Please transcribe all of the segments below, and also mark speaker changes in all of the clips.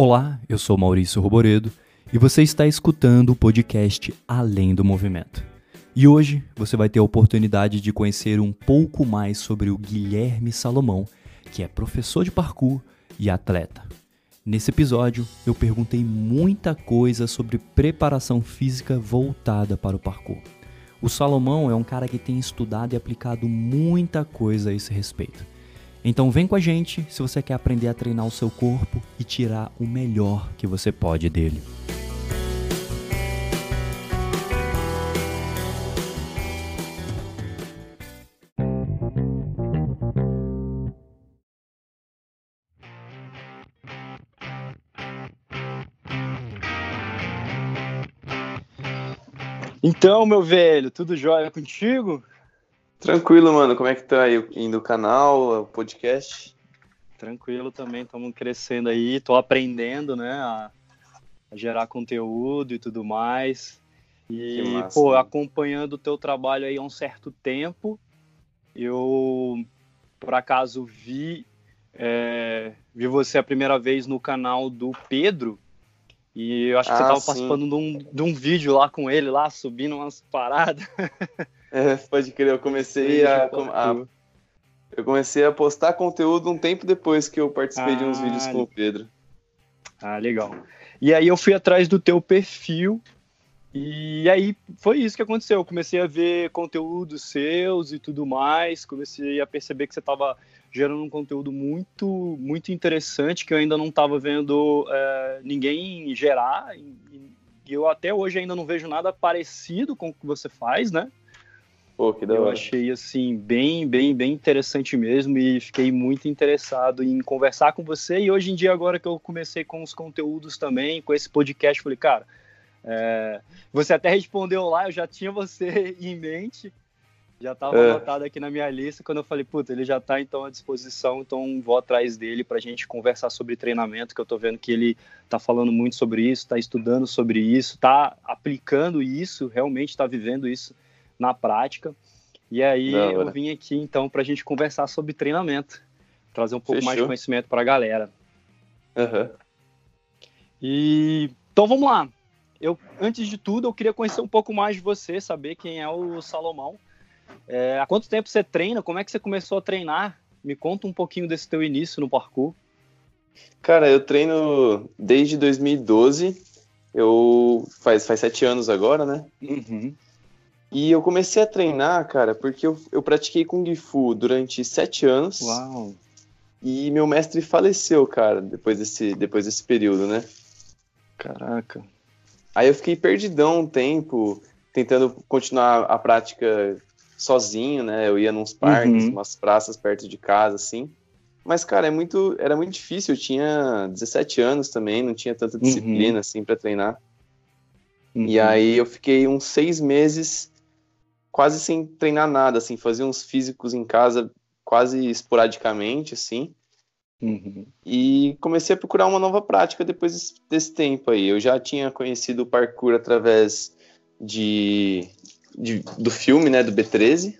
Speaker 1: Olá, eu sou Maurício Roboredo e você está escutando o podcast Além do Movimento. E hoje você vai ter a oportunidade de conhecer um pouco mais sobre o Guilherme Salomão, que é professor de parkour e atleta. Nesse episódio, eu perguntei muita coisa sobre preparação física voltada para o parkour. O Salomão é um cara que tem estudado e aplicado muita coisa a esse respeito. Então vem com a gente se você quer aprender a treinar o seu corpo e tirar o melhor que você pode dele.
Speaker 2: Então, meu velho, tudo jóia contigo?
Speaker 3: Tranquilo, mano. Como é que tá aí indo o canal, o podcast?
Speaker 2: Tranquilo também, estamos crescendo aí, tô aprendendo, né, a gerar conteúdo e tudo mais. E,
Speaker 3: massa,
Speaker 2: pô,
Speaker 3: mano.
Speaker 2: acompanhando o teu trabalho aí há um certo tempo, eu, por acaso, vi você a primeira vez no canal do Pedro, e eu acho que você tava
Speaker 3: sim.
Speaker 2: participando de um vídeo lá com ele, lá, subindo umas paradas.
Speaker 3: Pode crer, eu comecei a postar conteúdo um tempo depois que eu participei de uns vídeos com o Pedro.
Speaker 2: Ah, legal. E aí eu fui atrás do teu perfil e aí foi isso que aconteceu. Eu comecei a ver conteúdos seus e tudo mais, comecei a perceber que você estava gerando um conteúdo muito, muito interessante que eu ainda não estava vendo ninguém gerar e eu até hoje ainda não vejo nada parecido com o que você faz, né?
Speaker 3: Pô, que da hora.
Speaker 2: Eu achei, assim, bem interessante mesmo e fiquei muito interessado em conversar com você. E hoje em dia, agora que eu comecei com os conteúdos também, com esse podcast, falei, cara, você até respondeu lá, eu já tinha você em mente, já estava anotado aqui na minha lista, quando eu falei, puta, ele já está então à disposição, então vou atrás dele para a gente conversar sobre treinamento, que eu estou vendo que ele está falando muito sobre isso, está estudando sobre isso, está aplicando isso, realmente está vivendo isso na prática. E aí eu vim aqui então para a gente conversar sobre treinamento, trazer um pouco mais de conhecimento para a galera. E então vamos lá. Antes de tudo, eu queria conhecer um pouco mais de você, saber quem é o Salomão. Há quanto tempo você treina? Como é que você começou a treinar? Me conta um pouquinho desse teu início no parkour.
Speaker 3: Cara, eu treino desde 2012. Faz 7 anos agora, né?
Speaker 2: Uhum.
Speaker 3: E eu comecei a treinar, cara, porque eu pratiquei Kung Fu durante 7 anos.
Speaker 2: Uau!
Speaker 3: E meu mestre faleceu, cara, depois desse período, né?
Speaker 2: Caraca!
Speaker 3: Aí eu fiquei perdidão um tempo, tentando continuar a prática sozinho, né? Eu ia nos parques, umas praças perto de casa, assim. Mas, cara, era muito difícil. Eu tinha 17 anos também, não tinha tanta disciplina, assim, pra treinar. E aí eu fiquei uns 6 meses quase sem treinar nada, assim, fazia uns físicos em casa quase esporadicamente, assim. E comecei a procurar uma nova prática depois desse tempo aí. Eu já tinha conhecido o parkour através do filme, né, do B13.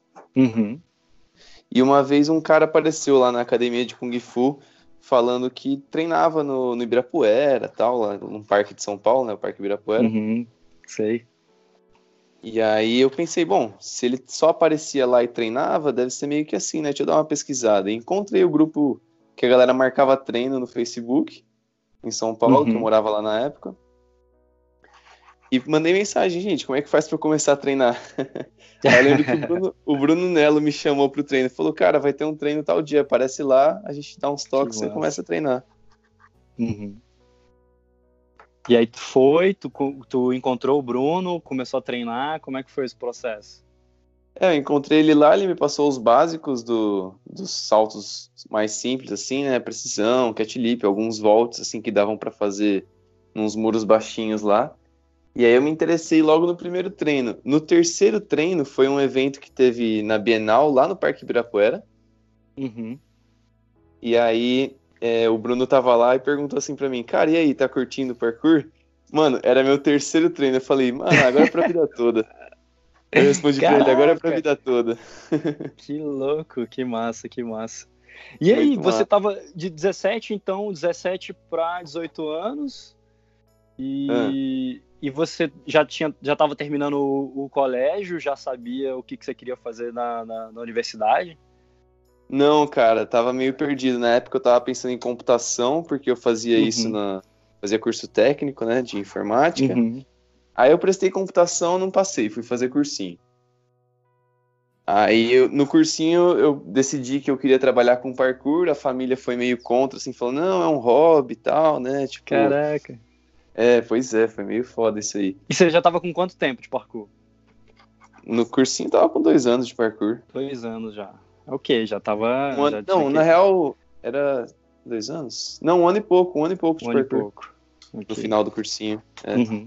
Speaker 3: E uma vez um cara apareceu lá na academia de Kung Fu falando que treinava no Ibirapuera, tal, lá no Parque de São Paulo, né, o Parque Ibirapuera.
Speaker 2: Sei.
Speaker 3: E aí eu pensei, bom, se ele só aparecia lá e treinava, deve ser meio que assim, né? Deixa eu dar uma pesquisada. E encontrei o grupo que a galera marcava treino no Facebook, em São Paulo, que eu morava lá na época. E mandei mensagem, gente, como é que faz pra eu começar a treinar? Aí eu lembro que o Bruno Nelo me chamou pro treino, falou, cara, vai ter um treino tal dia, aparece lá, a gente dá uns toques e você começa a treinar.
Speaker 2: E aí tu encontrou o Bruno, começou a treinar, como é que foi esse processo?
Speaker 3: Eu encontrei ele lá, ele me passou os básicos dos saltos mais simples, assim, né, precisão, cat lip, alguns volts, assim, que davam pra fazer nos muros baixinhos lá. E aí eu me interessei logo no primeiro treino. No terceiro treino foi um evento que teve na Bienal, lá no Parque Ibirapuera. E aí o Bruno tava lá e perguntou assim pra mim, cara, e aí, tá curtindo o parkour? Mano, era meu terceiro treino. Eu falei, mano, agora é pra vida toda. Eu respondi pra ele, agora é pra vida toda.
Speaker 2: Que louco, que massa, que massa. E aí,
Speaker 3: Muito
Speaker 2: você
Speaker 3: massa.
Speaker 2: tava de 17, então, 17 para 18 anos,
Speaker 3: Ah.
Speaker 2: e você já estava terminando o colégio, já sabia o que você queria fazer na universidade?
Speaker 3: Não, cara, tava meio perdido. Na época eu tava pensando em computação, porque eu fazia isso
Speaker 2: Uhum,
Speaker 3: fazia curso técnico, né, de informática.
Speaker 2: uhum.
Speaker 3: Aí eu prestei computação, não passei, fui fazer cursinho. Aí no cursinho eu decidi que eu queria trabalhar com parkour, a família foi meio contra, assim, falou, não, é um hobby e tal, né, tipo,
Speaker 2: Caraca.
Speaker 3: pois é, foi meio foda isso aí.
Speaker 2: E você já estava com quanto tempo de parkour?
Speaker 3: No cursinho tava com 2 anos de parkour.
Speaker 2: 2 anos já. Ok, já tava, já tinha
Speaker 3: Não, na
Speaker 2: que...
Speaker 3: real, era 2 anos? Não, um ano e pouco de
Speaker 2: Um ano e
Speaker 3: parkour,
Speaker 2: pouco.
Speaker 3: no
Speaker 2: Ok.
Speaker 3: final do cursinho.
Speaker 2: Uhum.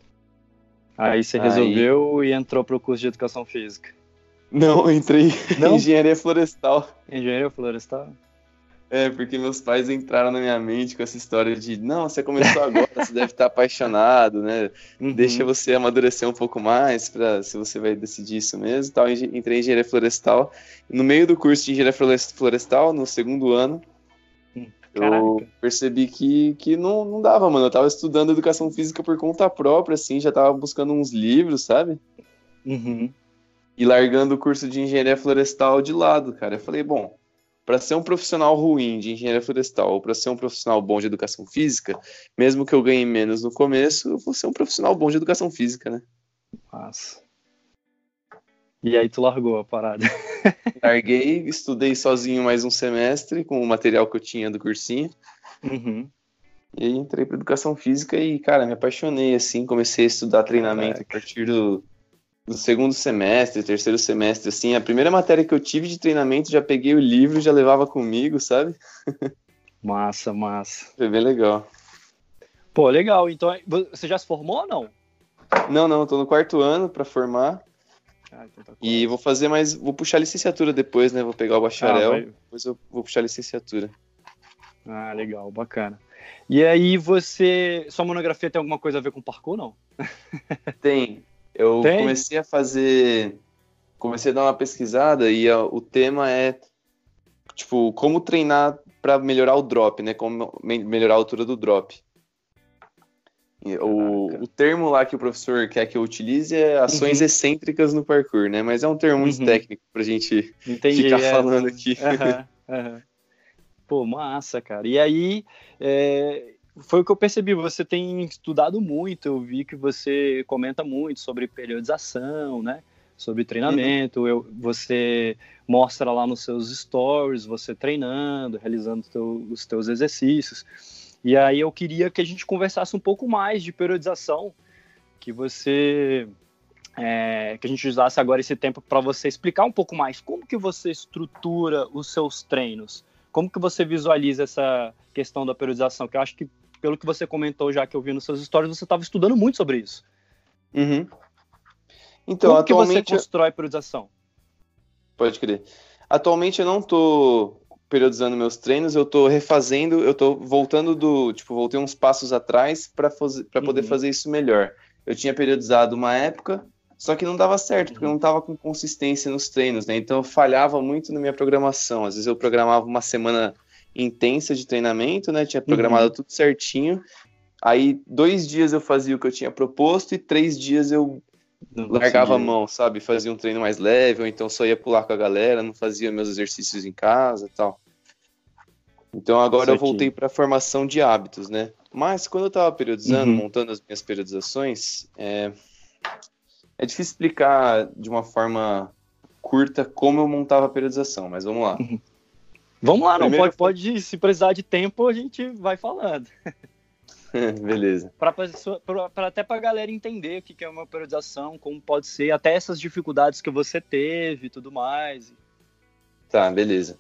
Speaker 2: Aí você
Speaker 3: Aí,
Speaker 2: resolveu e entrou pro curso de educação física.
Speaker 3: não, eu entrei em
Speaker 2: Não?
Speaker 3: engenharia florestal.
Speaker 2: Engenharia florestal?
Speaker 3: Porque meus pais entraram na minha mente com essa história de, não, você começou agora, você deve estar apaixonado, né? Deixa
Speaker 2: Uhum.
Speaker 3: você amadurecer um pouco mais para se você vai decidir isso mesmo, e tal. Entrei em engenharia florestal. No meio do curso de engenharia florestal, no segundo ano, eu
Speaker 2: Caraca.
Speaker 3: percebi que não dava, mano. Eu tava estudando educação física por conta própria, assim, já tava buscando uns livros, sabe?
Speaker 2: Uhum.
Speaker 3: E largando o curso de engenharia florestal de lado, cara. Eu falei, bom, para ser um profissional ruim de engenharia florestal ou para ser um profissional bom de educação física, mesmo que eu ganhe menos no começo, eu vou ser um profissional bom de educação física, né?
Speaker 2: Massa. E aí tu largou a parada.
Speaker 3: Larguei, estudei sozinho mais um semestre com o material que eu tinha do cursinho.
Speaker 2: Uhum.
Speaker 3: E aí entrei para educação física e, cara, me apaixonei, assim, comecei a estudar treinamento a
Speaker 2: Caraca.
Speaker 3: partir do segundo semestre, terceiro semestre, assim, a primeira matéria que eu tive de treinamento, já peguei o livro e já levava comigo, sabe?
Speaker 2: Massa, massa.
Speaker 3: Foi bem legal.
Speaker 2: Pô, legal. Então, você já se formou ou não?
Speaker 3: Não, tô no quarto ano para formar
Speaker 2: Ah, então tá
Speaker 3: e
Speaker 2: quase.
Speaker 3: vou puxar a licenciatura depois, né? Vou pegar o
Speaker 2: Ah,
Speaker 3: bacharel,
Speaker 2: vai.
Speaker 3: depois eu vou puxar a licenciatura.
Speaker 2: Ah, legal, bacana. E aí sua monografia tem alguma coisa a ver com parkour, não?
Speaker 3: Tem, eu
Speaker 2: Tem?
Speaker 3: comecei a dar uma pesquisada e o tema é, tipo, como treinar para melhorar o drop, né? Como melhorar a altura do drop. E
Speaker 2: Caraca.
Speaker 3: o termo lá que o professor quer que eu utilize é ações
Speaker 2: Uhum,
Speaker 3: excêntricas no parkour, né? Mas é um termo muito
Speaker 2: uhum.
Speaker 3: técnico pra gente ficar
Speaker 2: Entendi,
Speaker 3: falando
Speaker 2: não.
Speaker 3: aqui.
Speaker 2: Aham, aham. Pô, massa, cara. E aí, foi o que eu percebi, você tem estudado muito, eu vi que você comenta muito sobre periodização, né? Sobre
Speaker 3: Uhum.
Speaker 2: treinamento, você mostra lá nos seus stories, você treinando, realizando os teus exercícios. E aí eu queria que a gente conversasse um pouco mais de periodização, que que a gente usasse agora esse tempo para você explicar um pouco mais como que você estrutura os seus treinos, como que você visualiza essa questão da periodização, que eu acho que, pelo que você comentou já que eu vi nos seus stories, você estava estudando muito sobre isso.
Speaker 3: Uhum. Então,
Speaker 2: Como que você
Speaker 3: atualmente,
Speaker 2: constrói a periodização?
Speaker 3: pode crer. Atualmente eu não tô periodizando meus treinos, eu tô refazendo, eu tô voltando voltei uns passos atrás para poder
Speaker 2: Uhum,
Speaker 3: fazer isso melhor. Eu tinha periodizado uma época, só que não dava certo, porque eu
Speaker 2: uhum,
Speaker 3: não tava com consistência nos treinos, né? Então eu falhava muito na minha programação. Às vezes eu programava uma semana intensa de treinamento, né? Tinha programado
Speaker 2: uhum.
Speaker 3: tudo certinho. Aí 2 dias eu fazia o que eu tinha proposto e 3 dias eu
Speaker 2: Não
Speaker 3: largava a
Speaker 2: conseguia.
Speaker 3: mão, sabe? Fazia um treino mais leve, ou então só ia pular com a galera, não fazia meus exercícios em casa e tal. Então agora
Speaker 2: Isso
Speaker 3: eu voltei
Speaker 2: aqui.
Speaker 3: para a formação de hábitos, né? Mas quando eu estava periodizando,
Speaker 2: Uhum.
Speaker 3: montando as minhas periodizações, é difícil explicar de uma forma curta como eu montava a periodização, mas vamos lá.
Speaker 2: Vamos lá, não,
Speaker 3: Primeiro eu fazia...
Speaker 2: pode, se precisar de tempo, a gente vai falando.
Speaker 3: Beleza.
Speaker 2: Até para a galera entender o que é uma periodização, como pode ser, até essas dificuldades que você teve e tudo mais.
Speaker 3: Tá, beleza.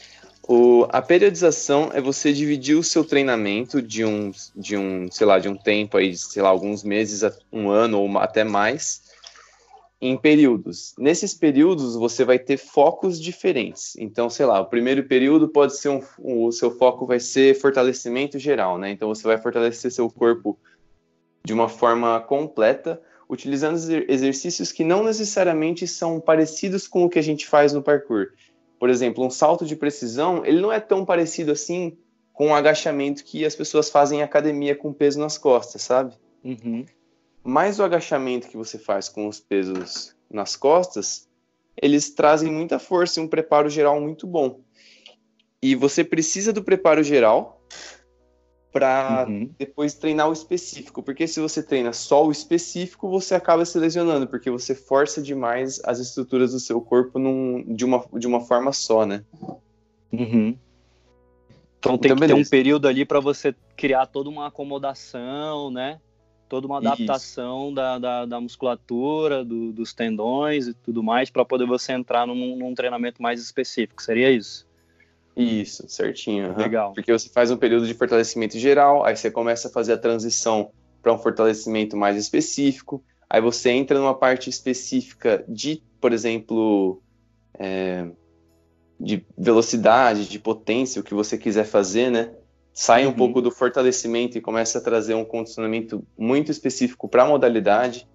Speaker 3: A periodização é você dividir o seu treinamento sei lá, de um tempo aí, sei lá, alguns meses, um ano ou até mais, em períodos. Nesses períodos, você vai ter focos diferentes. Então, sei lá, o primeiro período pode ser o seu foco vai ser fortalecimento geral, né? Então, você vai fortalecer seu corpo de uma forma completa, utilizando exercícios que não necessariamente são parecidos com o que a gente faz no parkour. por exemplo, um salto de precisão, ele não é tão parecido assim com o agachamento que as pessoas fazem em academia com peso nas costas, sabe?
Speaker 2: Uhum.
Speaker 3: Mas o agachamento que você faz com os pesos nas costas, eles trazem muita força e um preparo geral muito bom. E você precisa do preparo geral para depois treinar o específico, porque se você treina só o específico, você acaba se lesionando, porque você força demais as estruturas do seu corpo de uma forma só, né?
Speaker 2: Uhum. Então tem que ter um período ali para você criar toda uma acomodação, né? Toda uma adaptação da musculatura, dos tendões e tudo mais, para poder você entrar num treinamento mais específico, seria isso?
Speaker 3: Isso, certinho. Uhum.
Speaker 2: Legal.
Speaker 3: Porque você faz um período de fortalecimento geral, aí você começa a fazer a transição para um fortalecimento mais específico, aí você entra numa parte específica de, por exemplo, de velocidade, de potência, o que você quiser fazer, né? Sai um pouco do fortalecimento e começa a trazer um condicionamento muito específico para a modalidade.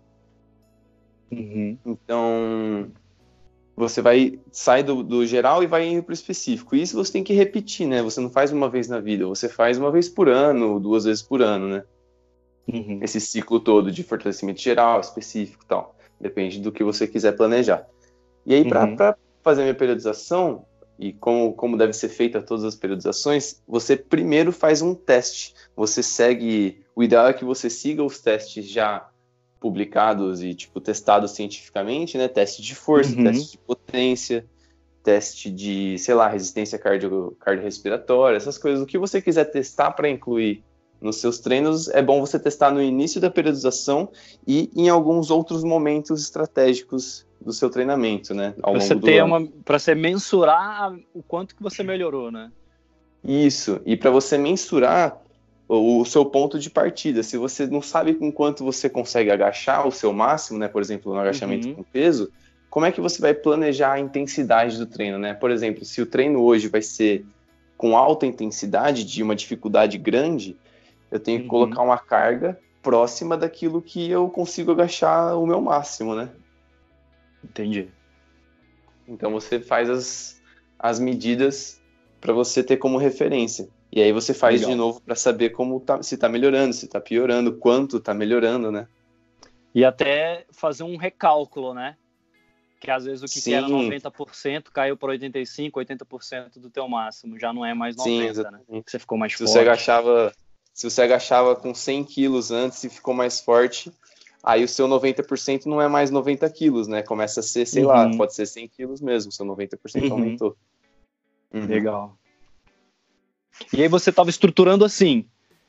Speaker 3: Então, você sai do geral e vai indo para o específico. E isso você tem que repetir, né? Você não faz uma vez na vida, você faz uma vez por ano, 2 vezes por ano, né? Esse ciclo todo de fortalecimento geral, específico e tal. Depende do que você quiser planejar. E aí, para fazer a minha periodização, e como deve ser feita todas as periodizações, você primeiro faz um teste. Você segue... O ideal é que você siga os testes já publicados e, testados cientificamente, né? Teste de força, teste de potência, teste de, sei lá, resistência cardiorrespiratória, essas coisas. O que você quiser testar para incluir nos seus treinos, é bom você testar no início da periodização e em alguns outros momentos estratégicos do seu treinamento, né? Ao longo do ano.
Speaker 2: Para você mensurar o quanto que você melhorou, né?
Speaker 3: Isso, e para você mensurar o seu ponto de partida. Se você não sabe com quanto você consegue agachar o seu máximo, né? Por exemplo, no agachamento com peso, como é que você vai planejar a intensidade do treino, né? Por exemplo, se o treino hoje vai ser com alta intensidade, de uma dificuldade grande, eu tenho que colocar uma carga próxima daquilo que eu consigo agachar o meu máximo, né?
Speaker 2: Entendi.
Speaker 3: Então você faz as medidas para você ter como referência. E aí você faz de novo para saber se tá melhorando, se tá piorando, quanto tá melhorando, né?
Speaker 2: E até fazer um recálculo, né? Que às vezes o que era 90% caiu para 85%, 80% do teu máximo. Já não é mais 90%, né? Você ficou mais forte.
Speaker 3: Se você agachava com 100 quilos antes e ficou mais forte, aí o seu 90% não é mais 90 quilos, né? Começa a ser, sei lá, pode ser 100 quilos mesmo, seu 90% aumentou.
Speaker 2: Legal. E aí você estava estruturando assim?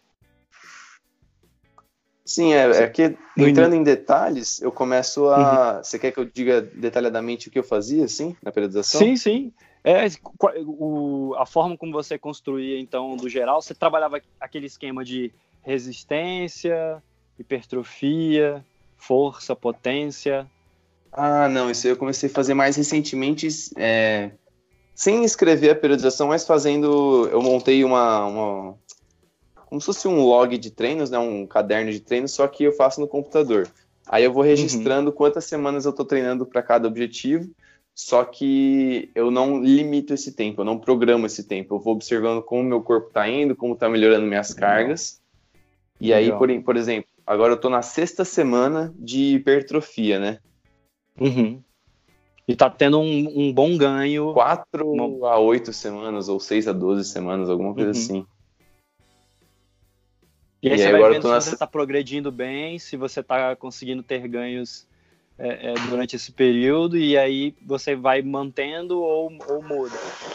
Speaker 3: Sim, é que entrando em detalhes, eu começo a... Você quer que eu diga detalhadamente o que eu fazia, assim, na periodização?
Speaker 2: Sim. A forma como você construía, então, do geral, você trabalhava aquele esquema de resistência, hipertrofia, força, potência.
Speaker 3: Ah, não, isso aí eu comecei a fazer mais recentemente, sem escrever a periodização, mas eu montei como se fosse um log de treinos, né, um caderno de treinos, só que eu faço no computador. Aí eu vou registrando quantas semanas eu tô treinando para cada objetivo, só que eu não limito esse tempo, eu não programo esse tempo, eu vou observando como meu corpo tá indo, como tá melhorando minhas cargas. E aí, por exemplo, agora eu tô na 6ª semana de hipertrofia, né?
Speaker 2: E tá tendo um bom ganho.
Speaker 3: 4 a 8 semanas, ou 6 a 12 semanas, alguma coisa assim.
Speaker 2: E aí você vai vendo se você tá progredindo bem, se você tá conseguindo ter ganhos durante esse período, e aí você vai mantendo ou muda.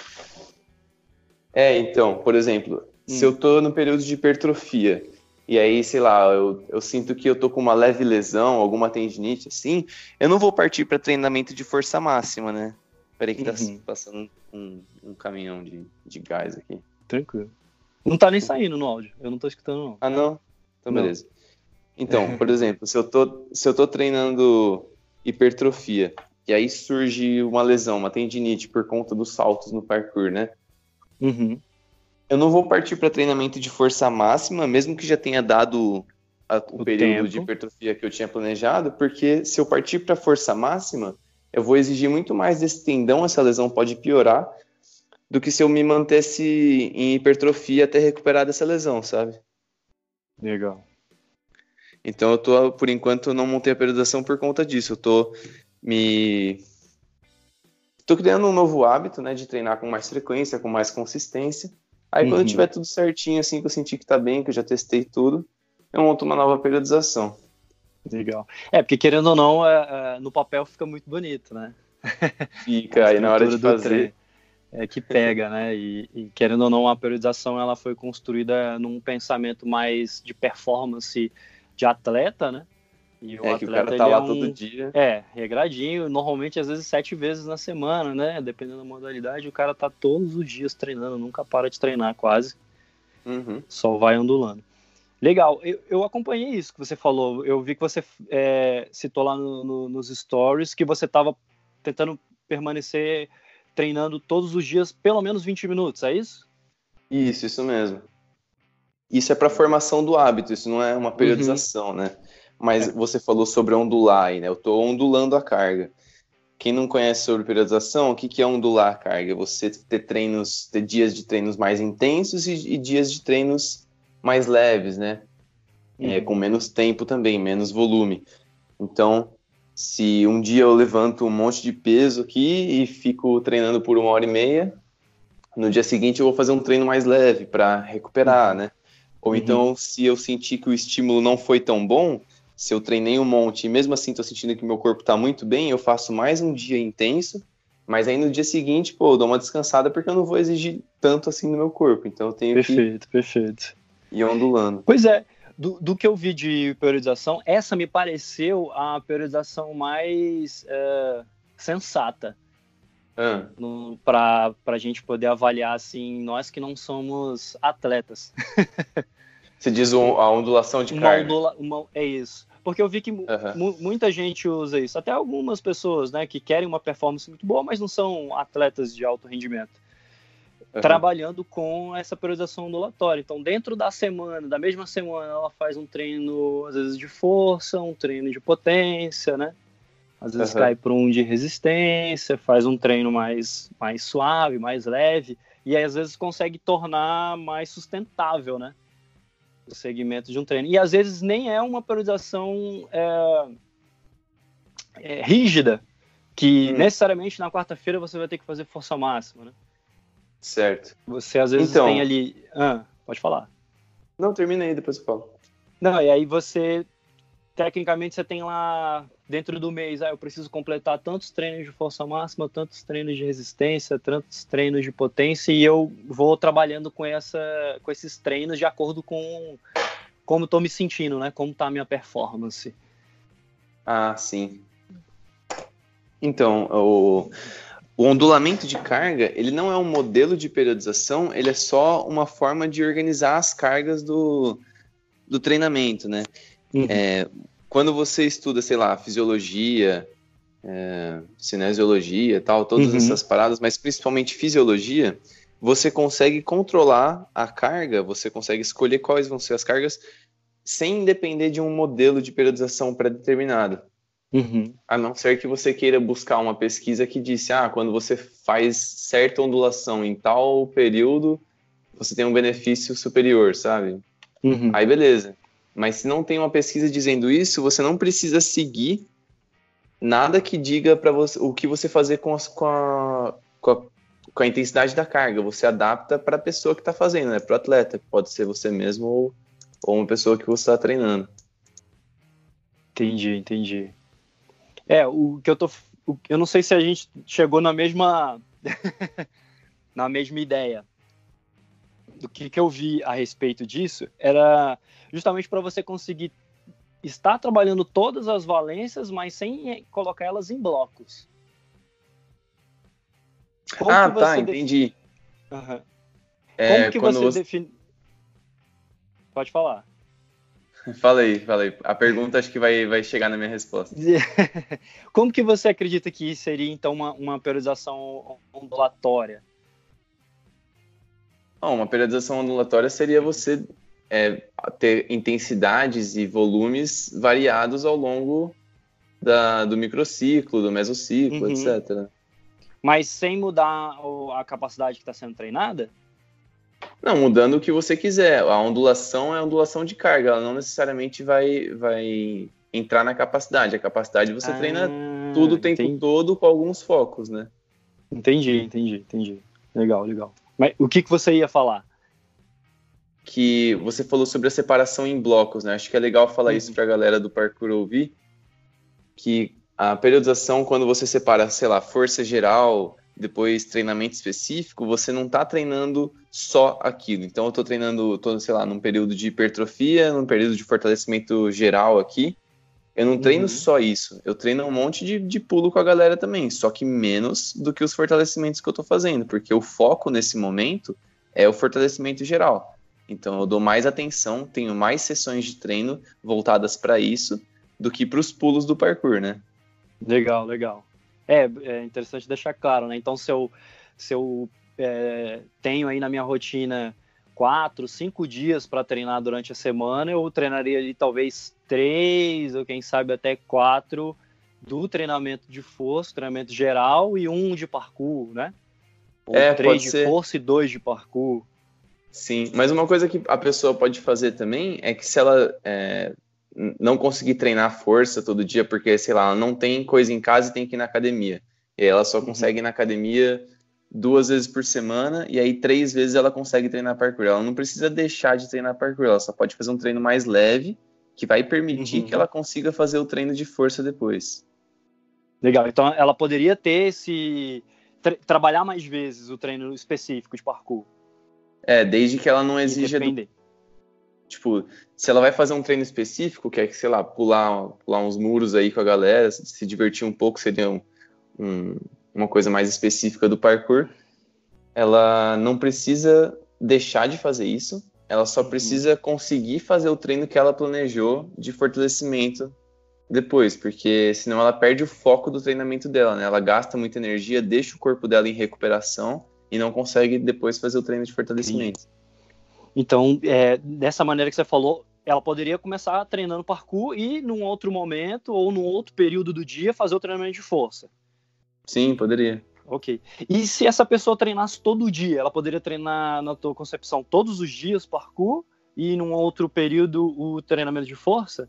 Speaker 3: Então, por exemplo, se eu tô no período de hipertrofia, e aí, sei lá, eu sinto que eu tô com uma leve lesão, alguma tendinite, assim, eu não vou partir para treinamento de força máxima, né? Peraí que tá passando um caminhão de gás aqui.
Speaker 2: Tranquilo. Não tá nem saindo no áudio, eu não tô escutando não.
Speaker 3: Ah, não? Então, beleza. Então, por exemplo, se eu tô treinando hipertrofia, e aí surge uma lesão, uma tendinite por conta dos saltos no parkour, né? Eu não vou partir para treinamento de força máxima, mesmo que já tenha dado o período de hipertrofia que eu tinha planejado, porque se eu partir para força máxima, eu vou exigir muito mais desse tendão, essa lesão pode piorar, do que se eu me mantesse em hipertrofia até recuperar dessa lesão, sabe?
Speaker 2: Legal.
Speaker 3: Então por enquanto, não montei a periodização por conta disso. Eu tô criando um novo hábito, né, de treinar com mais frequência, com mais consistência. Aí quando tiver tudo certinho, assim, que eu sentir que tá bem, que eu já testei tudo, eu monto uma nova periodização.
Speaker 2: Legal. Porque querendo ou não, no papel fica muito bonito, né?
Speaker 3: Fica, aí na hora de fazer...
Speaker 2: que pega, né? E querendo ou não, a periodização ela foi construída num pensamento mais de performance de atleta, né? E o atleta,
Speaker 3: que o cara tá lá todo dia.
Speaker 2: Regradinho, normalmente às vezes 7 vezes na semana, né? Dependendo da modalidade, o cara tá todos os dias treinando, nunca para de treinar quase. Só vai ondulando. Legal, eu acompanhei isso que você falou. Eu vi que você citou lá nos stories que você estava tentando permanecer treinando todos os dias pelo menos 20 minutos, é isso?
Speaker 3: Isso mesmo. Isso é para formação do hábito, isso não é uma periodização, né? Mas você falou sobre ondular aí, né? Eu estou ondulando a carga. Quem não conhece sobre periodização, o que é ondular a carga? Você ter dias de treinos mais intensos e dias de treinos mais leves, né? Com menos tempo também, menos volume. Então, se um dia eu levanto um monte de peso aqui e fico treinando por 1h30, no dia seguinte eu vou fazer um treino mais leve para recuperar, né? Ou então, se eu sentir que o estímulo não foi tão bom, se eu treinei um monte e mesmo assim estou sentindo que meu corpo está muito bem, eu faço mais um dia intenso, mas aí no dia seguinte, eu dou uma descansada porque eu não vou exigir tanto assim no meu corpo. Então eu tenho
Speaker 2: Perfeito.
Speaker 3: Ir ondulando.
Speaker 2: Pois é, do que eu vi de periodização, essa me pareceu a periodização mais sensata. Para a gente poder avaliar, assim, nós que não somos atletas.
Speaker 3: Você diz a ondulação de carga?
Speaker 2: É isso. Porque eu vi que muita gente usa isso. Até algumas pessoas, né, que querem uma performance muito boa, mas não são atletas de alto rendimento. Trabalhando com essa periodização ondulatória. Então, dentro da mesma semana, ela faz um treino, às vezes, de força, um treino de potência, né? Às vezes cai para um de resistência, faz um treino mais suave, mais leve, e aí, às vezes, consegue tornar mais sustentável, né? O segmento de um treino. E, às vezes, nem é uma periodização rígida, que necessariamente na quarta-feira você vai ter que fazer força máxima, né?
Speaker 3: Certo.
Speaker 2: Você às vezes tem ali... pode falar.
Speaker 3: Não, termina aí, depois eu falo.
Speaker 2: Não, e aí você... Tecnicamente você tem lá dentro do mês, eu preciso completar tantos treinos de força máxima, tantos treinos de resistência, tantos treinos de potência, e eu vou trabalhando com esses treinos de acordo com como estou me sentindo, né? Como está a minha performance.
Speaker 3: Ah, sim. Então, o ondulamento de carga, ele não é um modelo de periodização, ele é só uma forma de organizar as cargas do treinamento, né? Quando você estuda, sei lá, fisiologia, cinesiologia, tal, todas essas paradas, mas principalmente fisiologia, você consegue controlar a carga, você consegue escolher quais vão ser as cargas sem depender de um modelo de periodização pré-determinado. A não ser que você queira buscar uma pesquisa que disse, quando você faz certa ondulação em tal período, você tem um benefício superior, sabe? Aí beleza. Mas se não tem uma pesquisa dizendo isso, você não precisa seguir nada que diga para você o que você fazer com a intensidade da carga. Você adapta para a pessoa que está fazendo, né? Para o atleta, que pode ser você mesmo ou uma pessoa que você está treinando.
Speaker 2: Entendi. Eu não sei se a gente chegou na mesma na mesma ideia. Do que eu vi a respeito disso era justamente para você conseguir estar trabalhando todas as valências, mas sem colocar elas em blocos.
Speaker 3: Entendi.
Speaker 2: Como que você define... Pode falar.
Speaker 3: Fala aí. A pergunta acho que vai chegar na minha resposta.
Speaker 2: Como que você acredita que seria, então, uma periodização ondulatória?
Speaker 3: Uma periodização ondulatória seria você ter intensidades e volumes variados ao longo do microciclo, do mesociclo, etc.
Speaker 2: Mas sem mudar a capacidade que está sendo treinada?
Speaker 3: Não, mudando o que você quiser. A ondulação é a ondulação de carga, ela não necessariamente vai entrar na capacidade. A capacidade você treina tudo o tempo todo com alguns focos, né?
Speaker 2: Entendi. Legal. Mas o que você ia falar?
Speaker 3: Que você falou sobre a separação em blocos, né? Acho que é legal falar isso pra galera do parkour ouvir, que a periodização, quando você separa, sei lá, força geral, depois treinamento específico, você não tá treinando só aquilo. Então eu tô treinando, sei lá, num período de hipertrofia, num período de fortalecimento geral aqui. Eu não treino só isso, eu treino um monte de pulo com a galera também, só que menos do que os fortalecimentos que eu tô fazendo, porque o foco nesse momento é o fortalecimento geral. Então eu dou mais atenção, tenho mais sessões de treino voltadas para isso do que para os pulos do parkour, né?
Speaker 2: Legal. É interessante deixar claro, né? Então se eu tenho aí na minha rotina 4, 5 dias para treinar durante a semana, eu treinaria ali talvez 3 ou quem sabe até 4 do treinamento de força, treinamento geral e 1 de parkour, né? Ou 3 de força e 2 de parkour.
Speaker 3: Sim, mas uma coisa que a pessoa pode fazer também é que se ela não conseguir treinar força todo dia, porque, sei lá, ela não tem coisa em casa e tem que ir na academia, e aí ela só consegue ir na academia 2 vezes por semana, e aí 3 vezes ela consegue treinar parkour. Ela não precisa deixar de treinar parkour, ela só pode fazer um treino mais leve, que vai permitir que ela consiga fazer o treino de força depois.
Speaker 2: Legal, então ela poderia ter trabalhar mais vezes o treino específico de parkour.
Speaker 3: Desde que ela não exija... Tipo, se ela vai fazer um treino específico, que é, sei lá, pular uns muros aí com a galera, se divertir um pouco, seria uma coisa mais específica do parkour, ela não precisa deixar de fazer isso, ela só precisa conseguir fazer o treino que ela planejou de fortalecimento depois, porque senão ela perde o foco do treinamento dela, né? Ela gasta muita energia, deixa o corpo dela em recuperação e não consegue depois fazer o treino de fortalecimento.
Speaker 2: Então, dessa maneira que você falou, ela poderia começar treinando parkour e num outro momento ou num outro período do dia fazer o treinamento de força.
Speaker 3: Sim, poderia.
Speaker 2: Ok. E se essa pessoa treinasse todo dia, ela poderia treinar, na tua concepção, todos os dias parkour e num outro período o treinamento de força?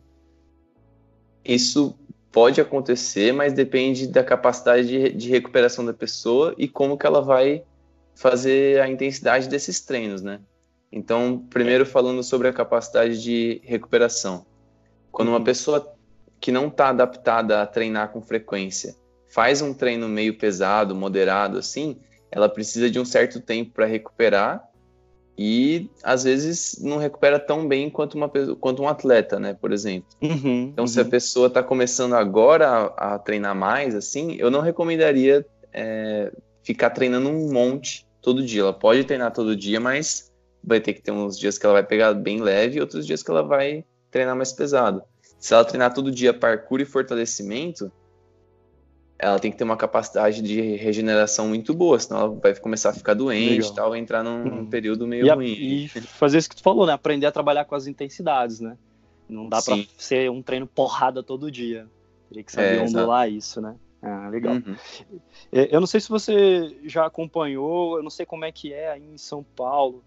Speaker 3: Isso pode acontecer, mas depende da capacidade de recuperação da pessoa e como que ela vai fazer a intensidade desses treinos, né? Então, primeiro falando sobre a capacidade de recuperação. Quando uma pessoa que não está adaptada a treinar com frequência faz um treino meio pesado, moderado, assim, ela precisa de um certo tempo para recuperar e, às vezes, não recupera tão bem quanto um atleta, né, por exemplo. Então, se a pessoa está começando agora a treinar mais, assim, eu não recomendaria ficar treinando um monte todo dia. Ela pode treinar todo dia, mas vai ter que ter uns dias que ela vai pegar bem leve e outros dias que ela vai treinar mais pesado. Se ela treinar todo dia parkour e fortalecimento, ela tem que ter uma capacidade de regeneração muito boa, senão ela vai começar a ficar doente e tal, vai entrar num período meio ruim.
Speaker 2: E fazer isso que tu falou, né? Aprender a trabalhar com as intensidades, né? Não dá pra ser um treino porrada todo dia. Teria que saber ondular isso, né? Ah, legal. Eu não sei se você já acompanhou, eu não sei como é que é aí em São Paulo,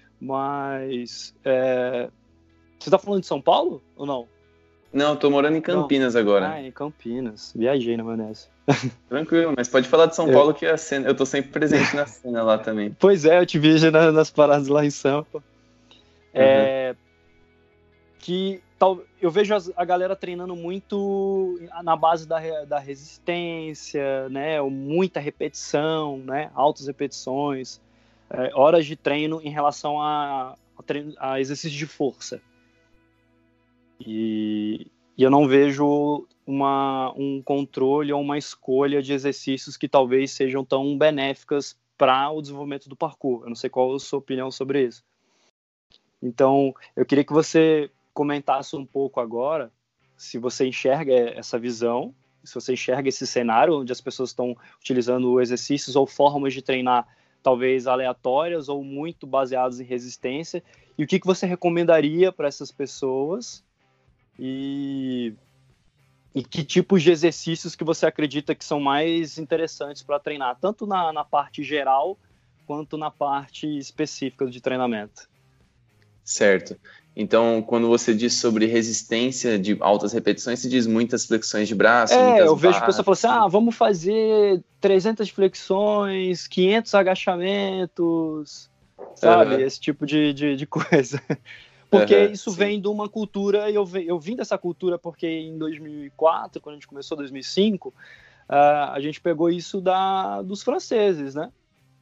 Speaker 2: mas você tá falando de São Paulo ou não?
Speaker 3: Não, eu tô morando em Campinas agora.
Speaker 2: Ah, em Campinas. Viajei na maionese.
Speaker 3: Tranquilo, mas pode falar de São Paulo que a cena, eu tô sempre presente na cena lá também.
Speaker 2: Pois é, eu te vejo nas paradas lá em Sampa. Eu vejo a galera treinando muito na base da resistência, né? Muita repetição, né? Altas repetições, horas de treino em relação a exercício de força. E eu não vejo um controle ou uma escolha de exercícios que talvez sejam tão benéficas para o desenvolvimento do parkour. Eu não sei qual a sua opinião sobre isso. Então, eu queria que você comentasse um pouco agora se você enxerga essa visão, se você enxerga esse cenário onde as pessoas estão utilizando exercícios ou formas de treinar talvez aleatórias ou muito baseadas em resistência, e o que você recomendaria para essas pessoas. E E que tipos de exercícios que você acredita que são mais interessantes para treinar, tanto na parte geral quanto na parte específica de treinamento?
Speaker 3: Certo. Então, quando você diz sobre resistência de altas repetições, se diz muitas flexões de braço, muitas
Speaker 2: eu vejo
Speaker 3: barras.
Speaker 2: pessoas falando assim, vamos fazer 300 flexões, 500 agachamentos, sabe? Esse tipo de coisa. Porque isso vem de uma cultura, eu vim dessa cultura porque em 2004, quando a gente começou, 2005, a gente pegou isso dos franceses, né?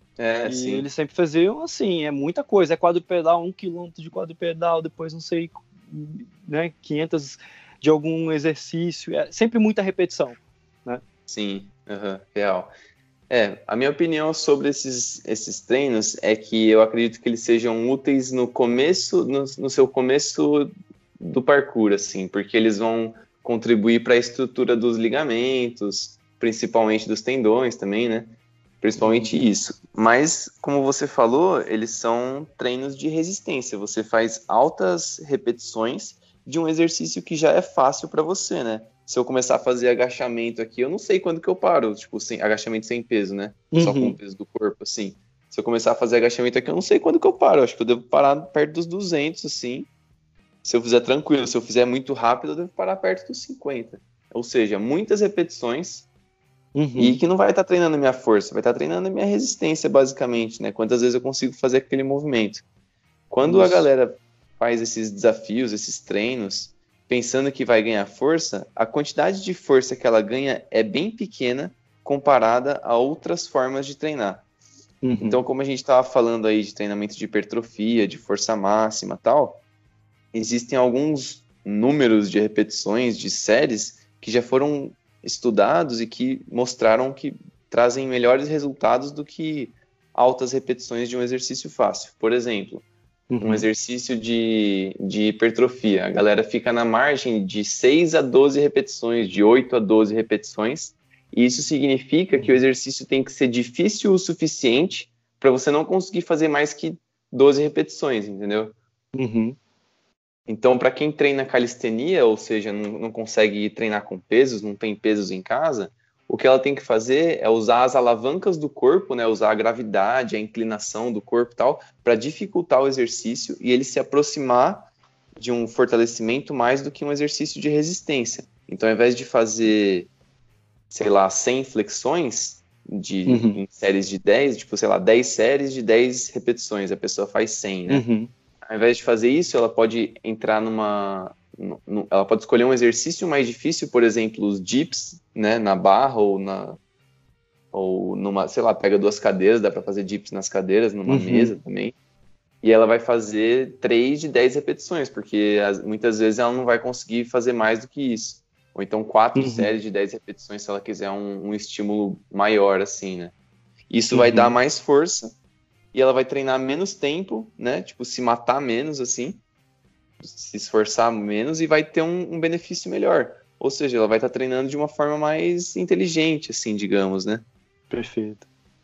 Speaker 2: E eles sempre faziam assim, é muita coisa, é quadrupedal, 1 quilômetro de quadrupedal, depois não sei, né, 500 de algum exercício, é sempre muita repetição, né?
Speaker 3: Sim, real. A minha opinião sobre esses treinos é que eu acredito que eles sejam úteis no começo, no seu começo do parkour, assim, porque eles vão contribuir para a estrutura dos ligamentos, principalmente dos tendões também, né? Principalmente isso. Mas, como você falou, eles são treinos de resistência. Você faz altas repetições de um exercício que já é fácil para você, né? Se eu começar a fazer agachamento aqui, eu não sei quando que eu paro, tipo, agachamento sem peso, né? Só com o peso do corpo, assim. Se eu começar a fazer agachamento aqui, eu não sei quando que eu paro. Eu acho que eu devo parar perto dos 200, assim. Se eu fizer tranquilo, se eu fizer muito rápido, eu devo parar perto dos 50. Ou seja, muitas repetições. E que não vai estar treinando a minha força, vai estar treinando a minha resistência, basicamente, né? Quantas vezes eu consigo fazer aquele movimento. Quando a galera faz esses desafios, esses treinos, pensando que vai ganhar força, a quantidade de força que ela ganha é bem pequena comparada a outras formas de treinar. Então, como a gente estava falando aí de treinamento de hipertrofia, de força máxima e tal, existem alguns números de repetições, de séries, que já foram estudados e que mostraram que trazem melhores resultados do que altas repetições de um exercício fácil. Por exemplo, um exercício de hipertrofia. A galera fica na margem de 6 a 12 repetições, de 8 a 12 repetições, e isso significa que o exercício tem que ser difícil o suficiente para você não conseguir fazer mais que 12 repetições, entendeu? Então, para quem treina calistenia, ou seja, não consegue treinar com pesos, não tem pesos em casa, o que ela tem que fazer é usar as alavancas do corpo, né, usar a gravidade, a inclinação do corpo e tal, para dificultar o exercício e ele se aproximar de um fortalecimento mais do que um exercício de resistência. Então, ao invés de fazer, sei lá, 100 flexões em séries de 10, tipo, sei lá, 10 séries de 10 repetições, a pessoa faz 100, né? Ao invés de fazer isso, ela pode entrar ela pode escolher um exercício mais difícil, por exemplo, os dips, né, na barra ou numa, sei lá, pega 2 cadeiras, dá para fazer dips nas cadeiras, numa mesa também. E ela vai fazer 3 de 10 repetições, porque muitas vezes ela não vai conseguir fazer mais do que isso. Ou então 4 séries de 10 repetições, se ela quiser um estímulo maior, assim, né? Isso vai dar mais força. E ela vai treinar menos tempo, né? Tipo, se matar menos, assim, se esforçar menos e vai ter um benefício melhor. Ou seja, ela vai estar treinando de uma forma mais inteligente, assim, digamos, né?
Speaker 2: Perfeito.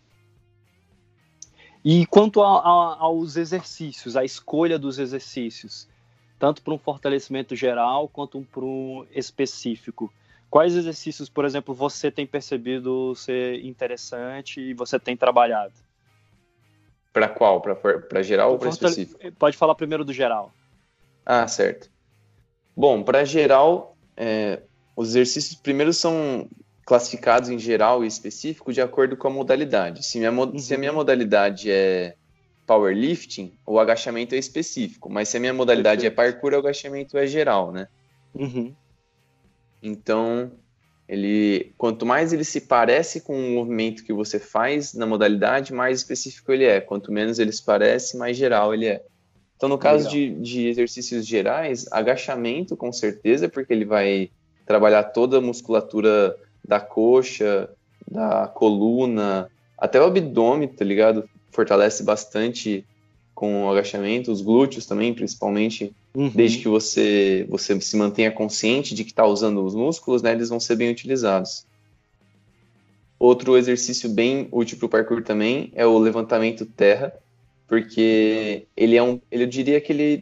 Speaker 2: E quanto aos exercícios, a escolha dos exercícios, tanto para um fortalecimento geral quanto para um específico, quais exercícios, por exemplo, você tem percebido ser interessante e você tem trabalhado?
Speaker 3: Para qual? Para geral ou para específico?
Speaker 2: Pode falar primeiro do geral.
Speaker 3: Ah, certo. Bom, para geral, os exercícios primeiro são classificados em geral e específico de acordo com a modalidade. Se a minha modalidade é powerlifting, o agachamento é específico, mas se a minha modalidade é parkour, o agachamento é geral, né? Então, quanto mais ele se parece com o movimento que você faz na modalidade, mais específico ele é. Quanto menos ele se parece, mais geral ele é. Então, no caso de exercícios gerais, agachamento, com certeza, porque ele vai trabalhar toda a musculatura da coxa, da coluna, até o abdômen, tá ligado? Fortalece bastante com o agachamento, os glúteos também, principalmente, desde que você se mantenha consciente de que está usando os músculos, né, eles vão ser bem utilizados. Outro exercício bem útil para o parkour também é o levantamento terra, porque eu diria que ele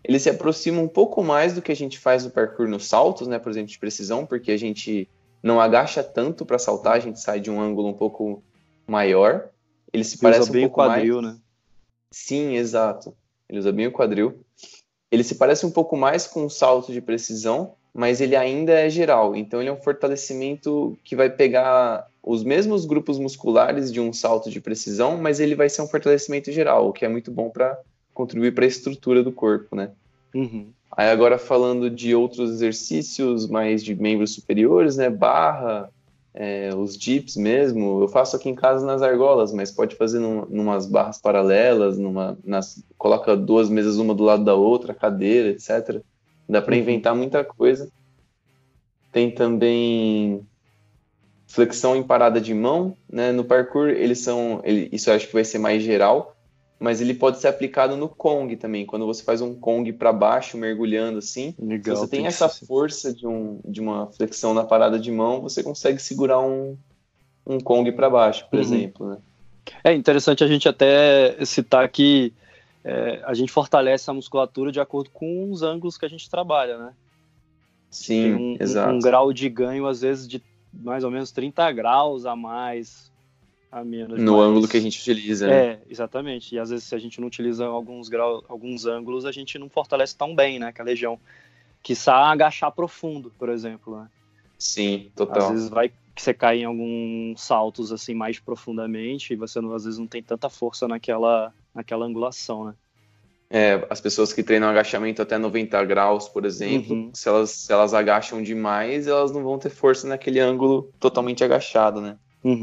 Speaker 3: ele se aproxima um pouco mais do que a gente faz no parkour nos saltos, né, por exemplo, de precisão, porque a gente não agacha tanto para saltar, a gente sai de um ângulo um pouco maior. Ele se parece um
Speaker 2: bem
Speaker 3: pouco
Speaker 2: o quadril,
Speaker 3: mais...
Speaker 2: né?
Speaker 3: Sim, exato. Ele usa bem o quadril. Ele se parece um pouco mais com um salto de precisão, mas ele ainda é geral. Então ele é um fortalecimento que vai pegar os mesmos grupos musculares de um salto de precisão, mas ele vai ser um fortalecimento geral, o que é muito bom para contribuir para a estrutura do corpo, né?
Speaker 2: Uhum.
Speaker 3: Aí agora falando de outros exercícios mais de membros superiores, né? Barra, os dips mesmo, eu faço aqui em casa nas argolas, mas pode fazer numas barras paralelas, coloca 2 mesas uma do lado da outra, cadeira, etc. Dá para inventar muita coisa. Tem também flexão em parada de mão, né? No parkour, isso eu acho que vai ser mais geral, mas ele pode ser aplicado no Kong também. Quando você faz um Kong para baixo, mergulhando assim,
Speaker 2: legal,
Speaker 3: se você tem essa força de uma flexão na parada de mão, você consegue segurar um Kong para baixo, por exemplo, né?
Speaker 2: É interessante a gente até citar que a gente fortalece a musculatura de acordo com os ângulos que a gente trabalha, né?
Speaker 3: Sim,
Speaker 2: tem
Speaker 3: exato.
Speaker 2: Um grau de ganho, às vezes, de mais ou menos 30 graus a mais, a menos.
Speaker 3: No ângulo que a gente utiliza, né?
Speaker 2: Exatamente. E às vezes, se a gente não utiliza alguns ângulos, a gente não fortalece tão bem, né? Que a legião. Quiçá agachar profundo, por exemplo, né?
Speaker 3: Sim, total.
Speaker 2: Às vezes que você cai em alguns saltos assim mais profundamente e você às vezes não tem tanta força naquela angulação, né?
Speaker 3: As pessoas que treinam agachamento até 90 graus, por exemplo, se elas agacham demais, elas não vão ter força naquele ângulo totalmente agachado, né?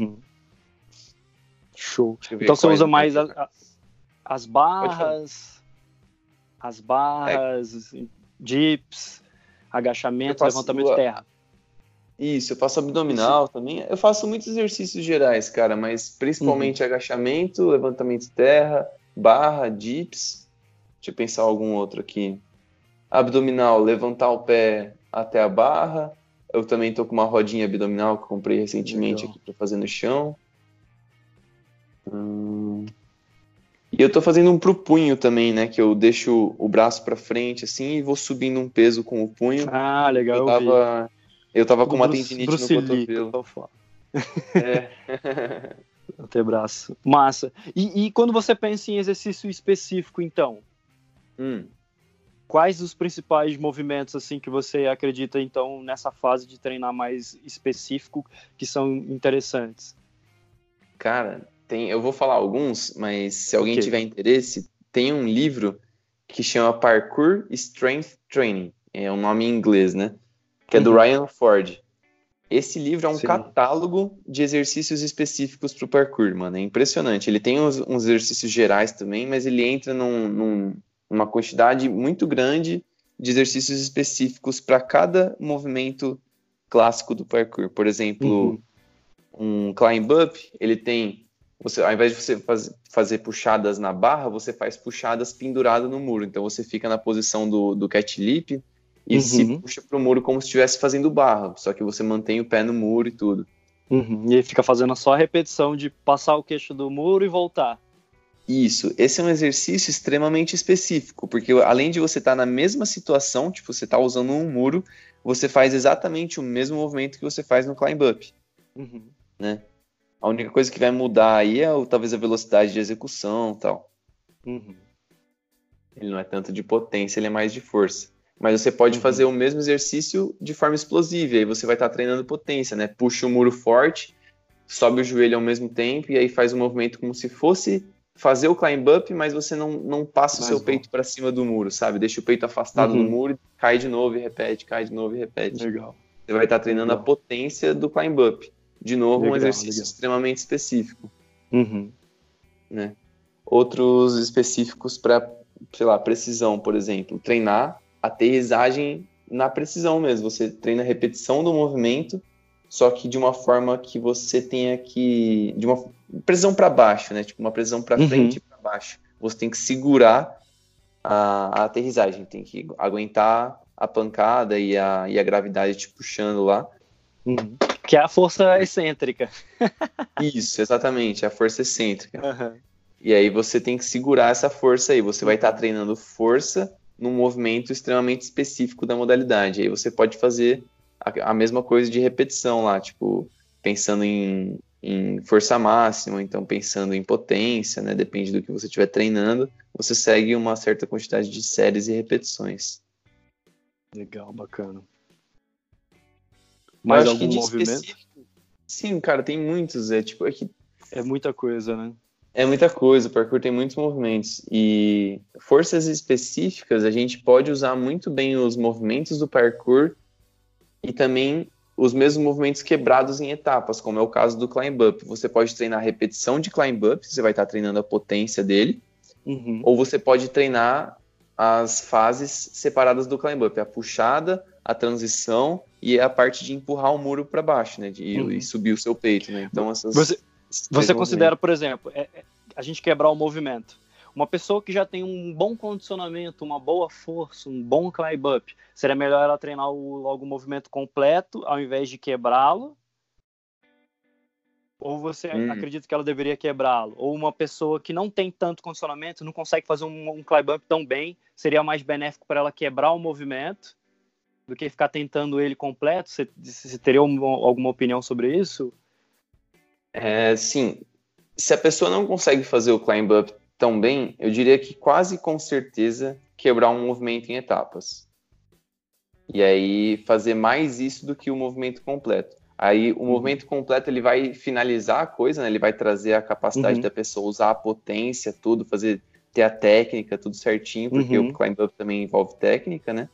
Speaker 2: Show. Então você usa mais as barras, dips, agachamento, levantamento de terra.
Speaker 3: Isso, eu faço abdominal também. Eu faço muitos exercícios gerais, cara, mas principalmente agachamento, levantamento de terra, barra, dips. Deixa eu pensar algum outro aqui. Abdominal, levantar o pé até a barra. Eu também tô com uma rodinha abdominal que eu comprei recentemente aqui para fazer no chão. E eu tô fazendo um pro punho também, né? Que eu deixo o braço para frente assim e vou subindo um peso com o punho.
Speaker 2: Ah, legal.
Speaker 3: Eu tava com uma tendinite no cotovelo.
Speaker 2: Antebraço. Massa. E quando você pensa em exercício específico, então? Quais os principais movimentos assim que você acredita então nessa fase de treinar mais específico que são interessantes?
Speaker 3: Cara, eu vou falar alguns, mas se alguém tiver interesse, tem um livro que chama Parkour Strength Training, é um nome em inglês, né? Que é do Ryan Ford. Esse livro é um catálogo de exercícios específicos para o parkour, mano. É impressionante. Ele tem uns exercícios gerais também, mas ele entra numa quantidade muito grande de exercícios específicos para cada movimento clássico do parkour. Por exemplo, um climb up, ele tem... ao invés de você fazer puxadas na barra, você faz puxadas pendurado no muro. Então você fica na posição do cat lip e se puxa pro muro como se estivesse fazendo barra, só que você mantém o pé no muro e tudo.
Speaker 2: E ele fica fazendo só a repetição de passar o queixo do muro e voltar.
Speaker 3: Isso, esse é um exercício extremamente específico, porque além de você estar na mesma situação, tipo, você está usando um muro, você faz exatamente o mesmo movimento que você faz no climb up, né? A única coisa que vai mudar aí é talvez a velocidade de execução e tal. Ele não é tanto de potência, ele é mais de força. Mas você pode fazer o mesmo exercício de forma explosiva, e aí você vai estar treinando potência, né? Puxa o muro forte, sobe o joelho ao mesmo tempo, e aí faz um movimento como se fosse fazer o climb up, mas você não passa o seu peito para cima do muro, sabe? Deixa o peito afastado do muro, cai de novo e repete, cai de novo e repete.
Speaker 2: Legal.
Speaker 3: Você vai estar treinando a potência do climb up. De novo, um exercício extremamente específico. Né? Outros específicos para, sei lá, precisão, por exemplo. Treinar aterrissagem na precisão mesmo. Você treina a repetição do movimento, só que de uma forma que você tenha que... de uma precisão para baixo, né? Tipo, uma precisão para frente e para baixo. Você tem que segurar a aterrissagem, tem que aguentar a pancada e a gravidade te puxando lá.
Speaker 2: Que é a força excêntrica.
Speaker 3: Isso, exatamente, a força excêntrica. E aí você tem que segurar essa força aí. Você vai estar treinando força num movimento extremamente específico da modalidade. Aí você pode fazer a mesma coisa de repetição lá, tipo, pensando em força máxima, então pensando em potência, né? Depende do que você estiver treinando, você segue uma certa quantidade de séries e repetições.
Speaker 2: Legal, bacana.
Speaker 3: Mais algum movimento? Específico? Sim, cara, tem muitos.
Speaker 2: É muita coisa, né?
Speaker 3: É muita coisa, o parkour tem muitos movimentos. E forças específicas, a gente pode usar muito bem os movimentos do parkour e também os mesmos movimentos quebrados em etapas, como é o caso do climb up. Você pode treinar a repetição de climb up, você vai estar treinando a potência dele, ou você pode treinar as fases separadas do climb up, a puxada, a transição e a parte de empurrar o muro para baixo, né, e subir o seu peito, né? Então
Speaker 2: você considera, por exemplo, a gente quebrar o movimento. Uma pessoa que já tem um bom condicionamento, uma boa força, um bom climb up, seria melhor ela treinar logo o movimento completo ao invés de quebrá-lo? Ou você acredita que ela deveria quebrá-lo? Ou uma pessoa que não tem tanto condicionamento, não consegue fazer um climb up tão bem, seria mais benéfico para ela quebrar o movimento do que ficar tentando ele completo? Você teria alguma opinião sobre isso?
Speaker 3: Sim. Se a pessoa não consegue fazer o climb up tão bem, eu diria que quase com certeza quebrar um movimento em etapas. E aí fazer mais isso do que o movimento completo. Aí o movimento completo ele vai finalizar a coisa, né? Ele vai trazer a capacidade da pessoa usar a potência, tudo, ter a técnica, tudo certinho, porque o climb up também envolve técnica, né?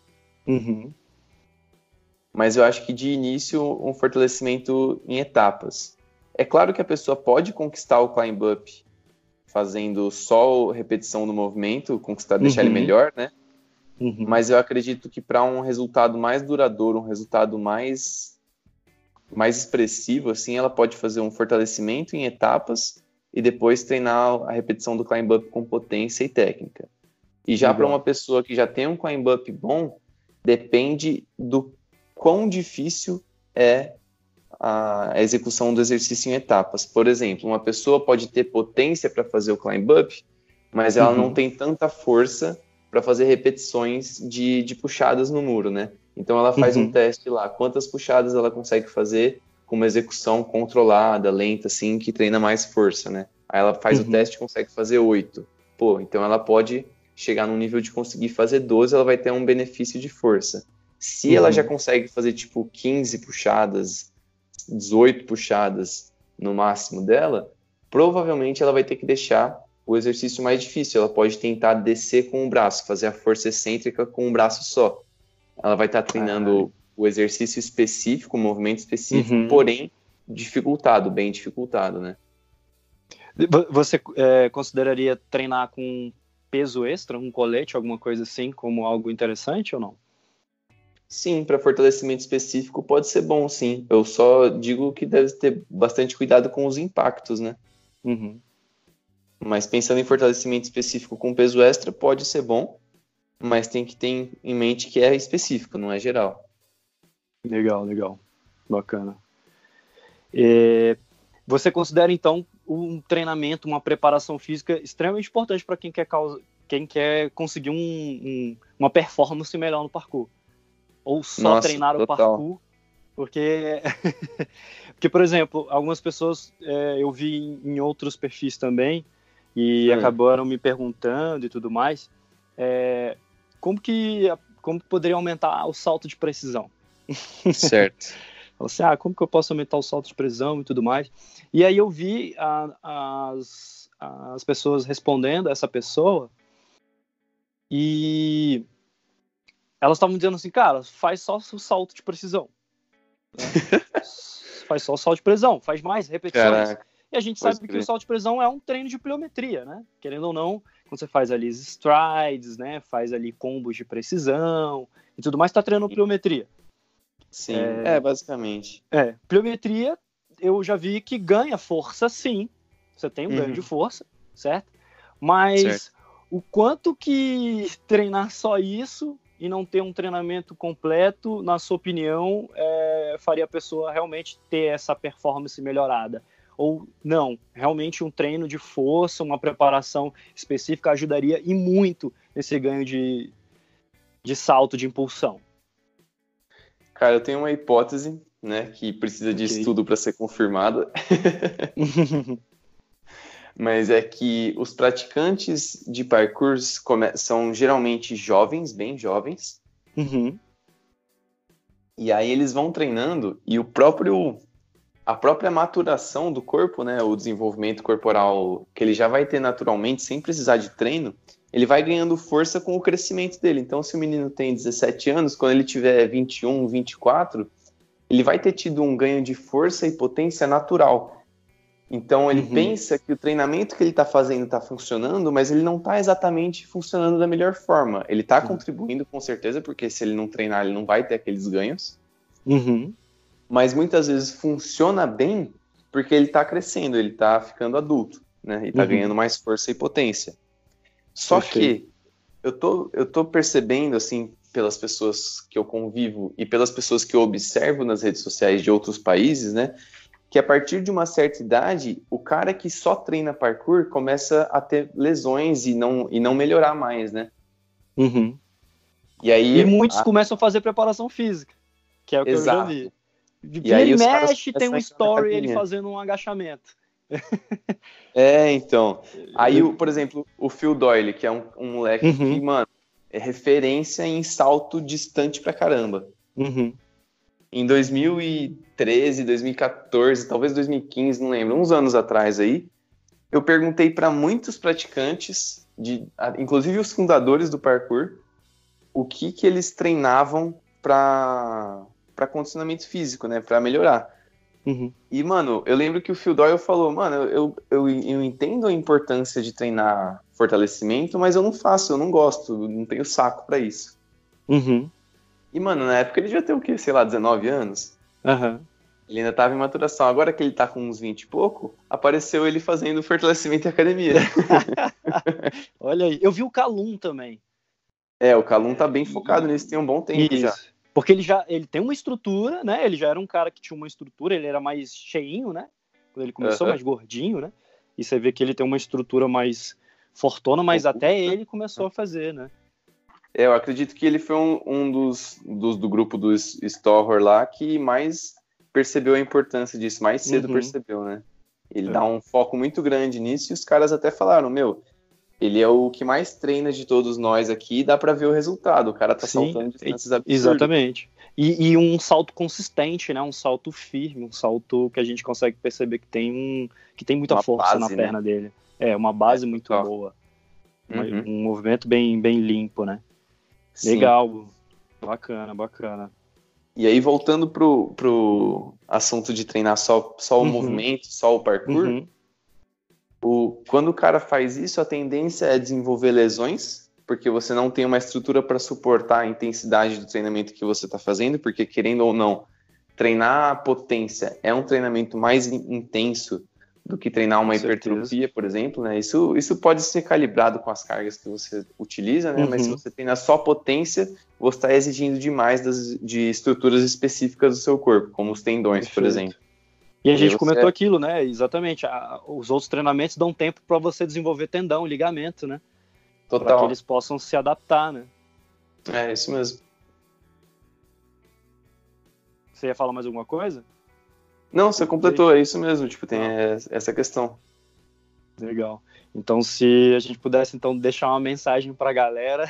Speaker 3: Mas eu acho que de início um fortalecimento em etapas. É claro que a pessoa pode conquistar o climb up fazendo só repetição do movimento, deixar ele melhor, né? Mas eu acredito que para um resultado mais duradouro, um resultado mais expressivo, assim, ela pode fazer um fortalecimento em etapas e depois treinar a repetição do climb up com potência e técnica. E já para uma pessoa que já tem um climb up bom, depende do quão difícil é a execução do exercício em etapas. Por exemplo, uma pessoa pode ter potência para fazer o climb up, mas ela não tem tanta força para fazer repetições de puxadas no muro, né? Então ela faz um teste lá, quantas puxadas ela consegue fazer com uma execução controlada, lenta, assim, que treina mais força, né? Aí ela faz o teste e consegue fazer 8. Pô, então ela pode chegar num nível de conseguir fazer 12, ela vai ter um benefício de força. Se ela já consegue fazer, tipo, 15 puxadas, 18 puxadas no máximo dela, provavelmente ela vai ter que deixar o exercício mais difícil. Ela pode tentar descer com o braço, fazer a força excêntrica com um braço só. Ela vai estar treinando o exercício específico, o movimento específico, porém bem dificultado, né?
Speaker 2: Você consideraria treinar com peso extra, um colete, alguma coisa assim, como algo interessante ou não?
Speaker 3: Sim, para fortalecimento específico pode ser bom, sim. Eu só digo que deve ter bastante cuidado com os impactos, né? Mas pensando em fortalecimento específico com peso extra, pode ser bom, mas tem que ter em mente que é específico, não é geral.
Speaker 2: Legal. Bacana. Você considera, então, um treinamento, uma preparação física extremamente importante para quem quer conseguir uma performance melhor no parkour? Ou só treinar o parkour? Porque, por exemplo, algumas pessoas eu vi em outros perfis também e acabaram me perguntando e tudo mais, como poderia aumentar o salto de precisão?
Speaker 3: Certo.
Speaker 2: Você, como que eu posso aumentar o salto de precisão e tudo mais? E aí eu vi as pessoas respondendo a essa pessoa e elas estavam dizendo assim, cara, faz só o salto de precisão. Faz só o salto de precisão, faz mais repetições. Caraca, e a gente sabe que o salto de precisão é um treino de pliometria, né? Querendo ou não, quando você faz ali strides, né? Faz ali combos de precisão e tudo mais, tá treinando pliometria.
Speaker 3: Sim, basicamente.
Speaker 2: Pliometria, eu já vi que ganha força, sim. Você tem um ganho de força, certo? Mas o quanto que treinar só isso e não ter um treinamento completo, na sua opinião, faria a pessoa realmente ter essa performance melhorada? Ou não, realmente um treino de força, uma preparação específica ajudaria e muito nesse ganho de de salto, de impulsão?
Speaker 3: Cara, eu tenho uma hipótese, né, que precisa de estudo para ser confirmada. Mas é que os praticantes de parkour são geralmente jovens, bem jovens.
Speaker 2: Uhum.
Speaker 3: E aí eles vão treinando e a própria maturação do corpo, né, o desenvolvimento corporal que ele já vai ter naturalmente, sem precisar de treino, ele vai ganhando força com o crescimento dele. Então, se o menino tem 17 anos, quando ele tiver 21, 24, ele vai ter tido um ganho de força e potência natural. Então, ele pensa que o treinamento que ele está fazendo está funcionando, mas ele não está exatamente funcionando da melhor forma. Ele está contribuindo, com certeza, porque se ele não treinar, ele não vai ter aqueles ganhos. Mas muitas vezes funciona bem porque ele está crescendo, ele está ficando adulto, né? E está ganhando mais força e potência. Só que eu tô percebendo, assim, pelas pessoas que eu convivo e pelas pessoas que eu observo nas redes sociais de outros países, né? Que a partir de uma certa idade, o cara que só treina parkour começa a ter lesões e não melhorar mais, né?
Speaker 2: E aí, muitos começam a fazer preparação física, que é o que eu já vi. E aí ele mexe, tem um story ele fazendo um agachamento.
Speaker 3: Então. Aí, por exemplo, o Phil Doyle, que é um moleque que, mano, é referência em salto distante pra caramba. Em 2013, 2014, talvez 2015, não lembro, uns anos atrás aí, eu perguntei para muitos praticantes, inclusive os fundadores do parkour, o que eles treinavam para condicionamento físico, né, para melhorar. E, mano, eu lembro que o Phil Doyle falou, mano, eu entendo a importância de treinar fortalecimento, mas eu não faço, eu não gosto, não tenho saco para isso. E, mano, na época ele devia ter o quê? Sei lá, 19 anos? Ele ainda tava em maturação. Agora que ele tá com uns 20 e pouco, apareceu ele fazendo fortalecimento em academia.
Speaker 2: Olha aí. Eu vi o Calum também.
Speaker 3: O Calum tá bem focado nisso, tem um bom tempo já.
Speaker 2: Porque ele tem uma estrutura, né? Ele já era um cara que tinha uma estrutura, ele era mais cheinho, né? Quando ele começou, mais gordinho, né? E você vê que ele tem uma estrutura mais fortona, mas até ele começou a fazer, né?
Speaker 3: Eu acredito que ele foi um do grupo do Storer lá que mais percebeu a importância disso, mais cedo percebeu, né? Ele dá um foco muito grande nisso e os caras até falaram, ele é o que mais treina de todos nós aqui e dá pra ver o resultado, o cara tá saltando distâncias absurdas.
Speaker 2: Exatamente. E um salto consistente, né? Um salto firme, um salto que a gente consegue perceber que tem muita força base, na perna dele. Uma base muito boa. Um movimento bem limpo, né? Sim. Legal, bacana.
Speaker 3: E aí, voltando pro assunto de treinar só o movimento, só o parkour, quando o cara faz isso, a tendência é desenvolver lesões, porque você não tem uma estrutura para suportar a intensidade do treinamento que você está fazendo, porque, querendo ou não, treinar a potência é um treinamento mais intenso do que treinar uma hipertrofia, por exemplo, né? Isso pode ser calibrado com as cargas que você utiliza, né? Mas se você treinar só potência, você está exigindo demais de estruturas específicas do seu corpo, como os tendões, por exemplo.
Speaker 2: E a gente comentou aquilo, né? Exatamente. Os outros treinamentos dão tempo para você desenvolver tendão, ligamento, né?
Speaker 3: Total.
Speaker 2: Para que eles possam se adaptar, né?
Speaker 3: É, isso mesmo.
Speaker 2: Você ia falar mais alguma coisa?
Speaker 3: Não, você completou, é isso mesmo, tem essa questão.
Speaker 2: Legal. Então, se a gente pudesse então deixar uma mensagem pra galera,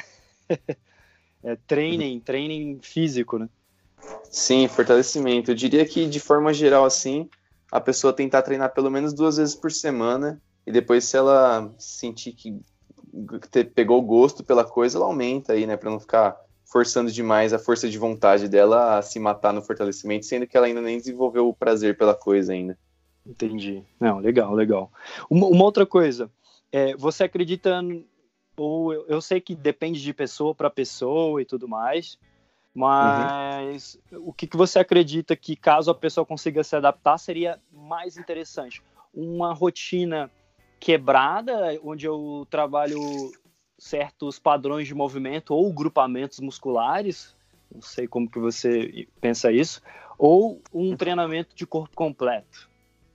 Speaker 2: treinem físico, né?
Speaker 3: Sim, fortalecimento. Eu diria que, de forma geral, assim, a pessoa tentar treinar pelo menos 2 vezes por semana, e depois, se ela sentir que pegou gosto pela coisa, ela aumenta aí, né, pra não ficar forçando demais a força de vontade dela a se matar no fortalecimento, sendo que ela ainda nem desenvolveu o prazer pela coisa ainda.
Speaker 2: Entendi. Não, legal. Uma outra coisa, você acredita, ou eu sei que depende de pessoa para pessoa e tudo mais, mas o que você acredita que, caso a pessoa consiga se adaptar, seria mais interessante? Uma rotina quebrada, onde eu trabalho certos padrões de movimento ou grupamentos musculares, não sei como que você pensa isso, ou um treinamento de corpo completo?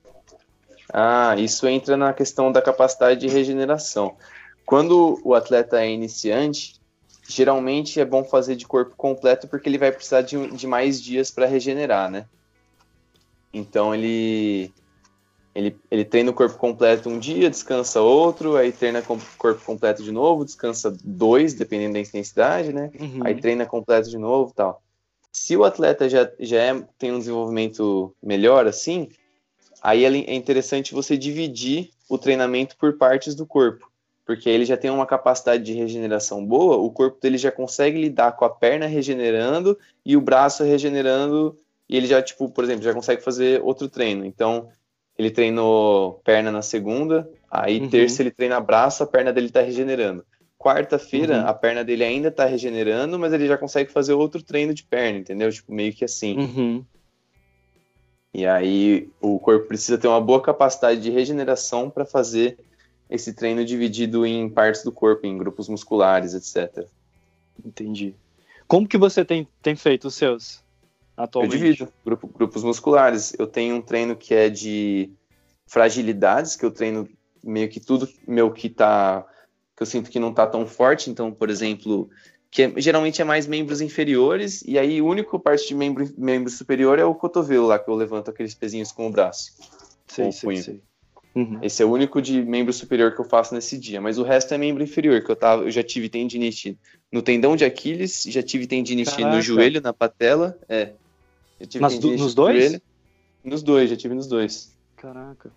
Speaker 3: Isso entra na questão da capacidade de regeneração. Quando o atleta é iniciante, geralmente é bom fazer de corpo completo porque ele vai precisar de mais dias para regenerar, né? Então ele treina o corpo completo um dia, descansa outro, aí treina o corpo completo de novo, descansa 2, dependendo da intensidade, né? Aí treina completo de novo e tal. Se o atleta tem um desenvolvimento melhor, assim, aí é interessante você dividir o treinamento por partes do corpo, porque aí ele já tem uma capacidade de regeneração boa, o corpo dele já consegue lidar com a perna regenerando e o braço regenerando, e ele já, tipo, por exemplo, já consegue fazer outro treino. Então, ele treinou perna na segunda, aí terça ele treina braço, a perna dele tá regenerando. Quarta-feira, a perna dele ainda tá regenerando, mas ele já consegue fazer outro treino de perna, entendeu? Tipo, meio que assim. E aí, o corpo precisa ter uma boa capacidade de regeneração para fazer esse treino dividido em partes do corpo, em grupos musculares, etc.
Speaker 2: Entendi. Como que você tem feito os seus atualmente?
Speaker 3: Eu divido grupos musculares. Eu tenho um treino que é de fragilidades, que eu treino meio que tudo que eu sinto que não tá tão forte. Então, por exemplo, geralmente é mais membros inferiores, e aí a única parte de membro superior é o cotovelo lá, que eu levanto aqueles pezinhos com o braço.
Speaker 2: Sei.
Speaker 3: Esse é o único de membro superior que eu faço nesse dia, mas o resto é membro inferior, que eu já tive tendinite no tendão de Aquiles, já tive tendinite no joelho, na patela, Já tive tendinite
Speaker 2: nos dois?
Speaker 3: Joelho. Nos dois, já tive nos dois.
Speaker 2: Caraca.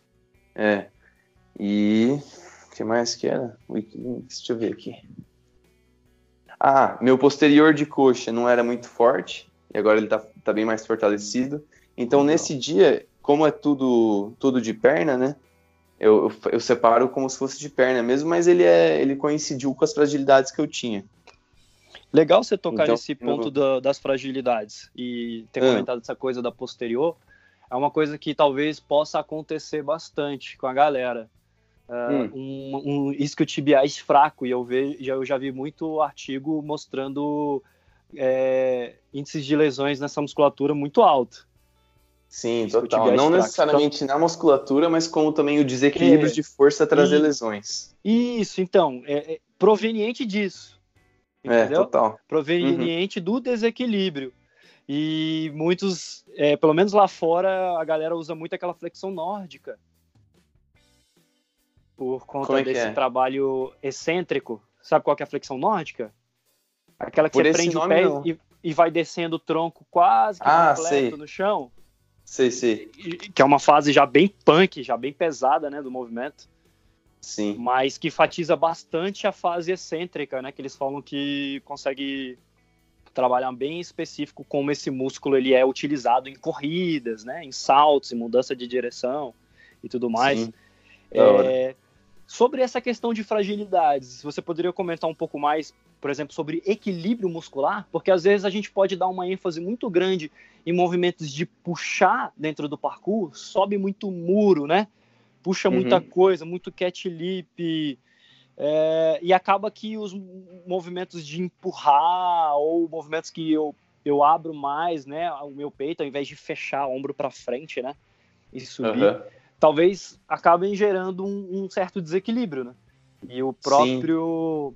Speaker 3: E o que mais que era? Deixa eu ver aqui. Meu posterior de coxa não era muito forte, e agora ele tá bem mais fortalecido. Então, nesse dia, como é tudo de perna, né? Eu separo como se fosse de perna mesmo, mas ele coincidiu com as fragilidades que eu tinha.
Speaker 2: Legal você tocar nesse ponto das fragilidades e ter comentado essa coisa da posterior. É uma coisa que talvez possa acontecer bastante com a galera. Um isquiotibiais fraco, e eu já vi muito artigo mostrando índices de lesões nessa musculatura muito alto.
Speaker 3: Sim, total. Não necessariamente na musculatura, mas como também o desequilíbrio de força trazer lesões.
Speaker 2: Isso, então, proveniente disso. Entendeu?
Speaker 3: Total.
Speaker 2: Proveniente do desequilíbrio. E muitos, pelo menos lá fora, a galera usa muito aquela flexão nórdica. Por conta desse trabalho excêntrico. Sabe qual que é a flexão nórdica? Aquela que você prende o pé e vai descendo o tronco quase que completo no chão.
Speaker 3: Sei.
Speaker 2: Que é uma fase já bem punk, já bem pesada, né, do movimento.
Speaker 3: Sim.
Speaker 2: Mas que enfatiza bastante a fase excêntrica, né? Que eles falam que consegue trabalhar bem específico como esse músculo ele é utilizado em corridas, né? Em saltos, em mudança de direção e tudo mais.
Speaker 3: Sim.
Speaker 2: Sobre essa questão de fragilidades, você poderia comentar um pouco mais, por exemplo, sobre equilíbrio muscular? Porque às vezes a gente pode dar uma ênfase muito grande em movimentos de puxar dentro do parkour, sobe muito muro, né? Puxa muita coisa, muito cat lip, e acaba que os movimentos de empurrar ou movimentos que eu abro mais, né, o meu peito, ao invés de fechar o ombro para frente, né, e subir, talvez acabem gerando um certo desequilíbrio, né? E o próprio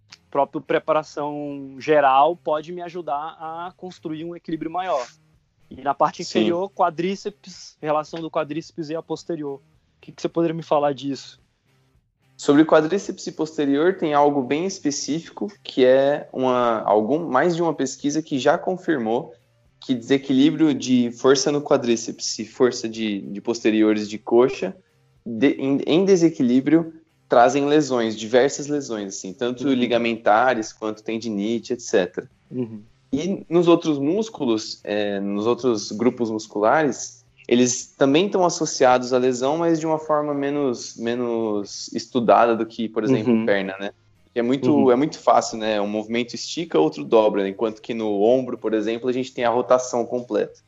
Speaker 2: preparação geral pode me ajudar a construir um equilíbrio maior. E na parte inferior, quadríceps, relação do quadríceps e a posterior. O que você poderia me falar disso?
Speaker 3: Sobre o quadríceps e posterior, tem algo bem específico, que é mais de uma pesquisa que já confirmou que desequilíbrio de força no quadríceps e força de posteriores de coxa, em desequilíbrio, trazem lesões, diversas lesões, assim, tanto ligamentares quanto tendinite, etc. E nos outros músculos, nos outros grupos musculares, eles também estão associados à lesão, mas de uma forma menos estudada do que, por exemplo, perna, né? É muito fácil, né? Um movimento estica, outro dobra, né? Enquanto que no ombro, por exemplo, a gente tem a rotação completa.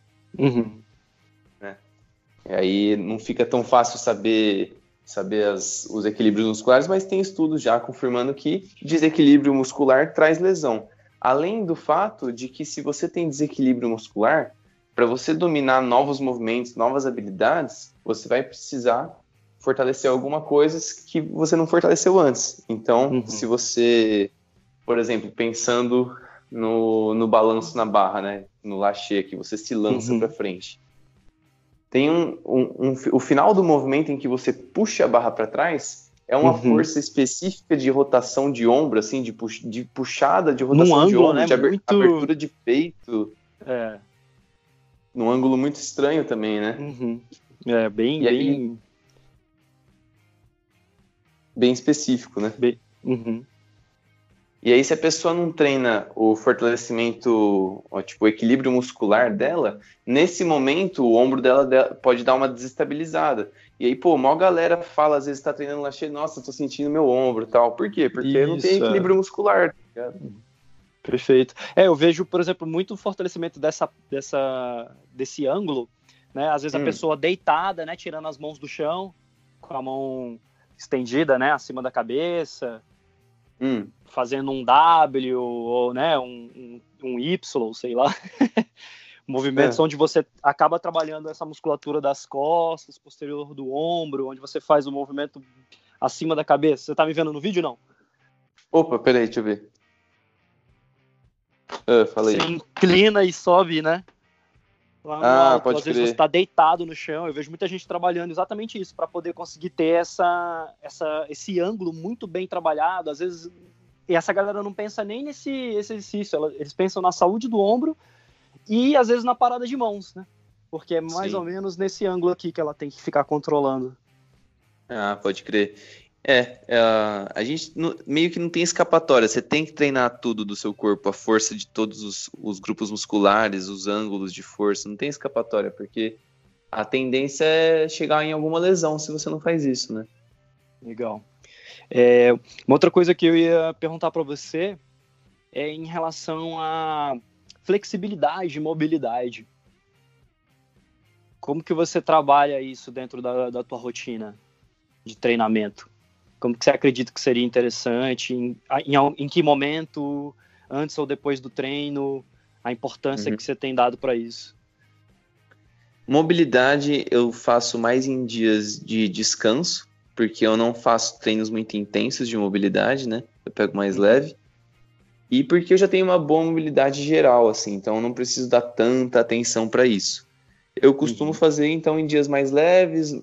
Speaker 3: Né? E aí não fica tão fácil saber os equilíbrios musculares, mas tem estudos já confirmando que desequilíbrio muscular traz lesão. Além do fato de que se você tem desequilíbrio muscular, para você dominar novos movimentos, novas habilidades, você vai precisar fortalecer alguma coisa que você não fortaleceu antes. Então, se você por exemplo, pensando no balanço na barra, né? No lâché, que você se lança para frente. Tem o final do movimento em que você puxa a barra para trás, é uma força específica de rotação de ombro, assim, de puxada, de rotação
Speaker 2: ângulo,
Speaker 3: de ombro,
Speaker 2: né?
Speaker 3: de abertura de peito. Num ângulo muito estranho também, né?
Speaker 2: Bem
Speaker 3: específico, né? E aí, se a pessoa não treina o fortalecimento, tipo, o equilíbrio muscular dela, nesse momento, o ombro dela pode dar uma desestabilizada. E aí, pô, maior galera fala, às vezes tá treinando lâché, nossa, tô sentindo meu ombro e tal. Por quê? Porque não tem equilíbrio muscular, tá ligado?
Speaker 2: Perfeito. Eu vejo, por exemplo, muito fortalecimento desse ângulo, né? Às vezes a pessoa deitada, né? Tirando as mãos do chão, com a mão estendida, né? Acima da cabeça, fazendo um W ou, né? Um Y, sei lá. Movimentos onde você acaba trabalhando essa musculatura das costas, posterior do ombro, onde você faz o movimento acima da cabeça. Você tá me vendo no vídeo, não?
Speaker 3: Opa, peraí, deixa eu ver. Falei.
Speaker 2: Você inclina e sobe, né? Lá no alto.
Speaker 3: Pode
Speaker 2: Às vezes você está deitado no chão. Eu vejo muita gente trabalhando exatamente isso, para poder conseguir ter esse ângulo muito bem trabalhado. Às vezes, e essa galera não pensa nem nesse exercício, eles pensam na saúde do ombro e às vezes na parada de mãos, né? Porque é mais ou menos nesse ângulo aqui que ela tem que ficar controlando.
Speaker 3: Pode crer. A gente meio que não tem escapatória, você tem que treinar tudo do seu corpo, a força de todos os grupos musculares, os ângulos de força, não tem escapatória, porque a tendência é chegar em alguma lesão se você não faz isso, né?
Speaker 2: Legal. Uma outra coisa que eu ia perguntar para você é em relação à flexibilidade e mobilidade. Como que você trabalha isso dentro da tua rotina de treinamento? Como que você acredita que seria interessante? Em que momento, antes ou depois do treino, a importância que você tem dado para isso?
Speaker 3: Mobilidade eu faço mais em dias de descanso, porque eu não faço treinos muito intensos de mobilidade, né? Eu pego mais leve. E porque eu já tenho uma boa mobilidade geral, assim, então eu não preciso dar tanta atenção para isso. Eu costumo fazer, então, em dias mais leves,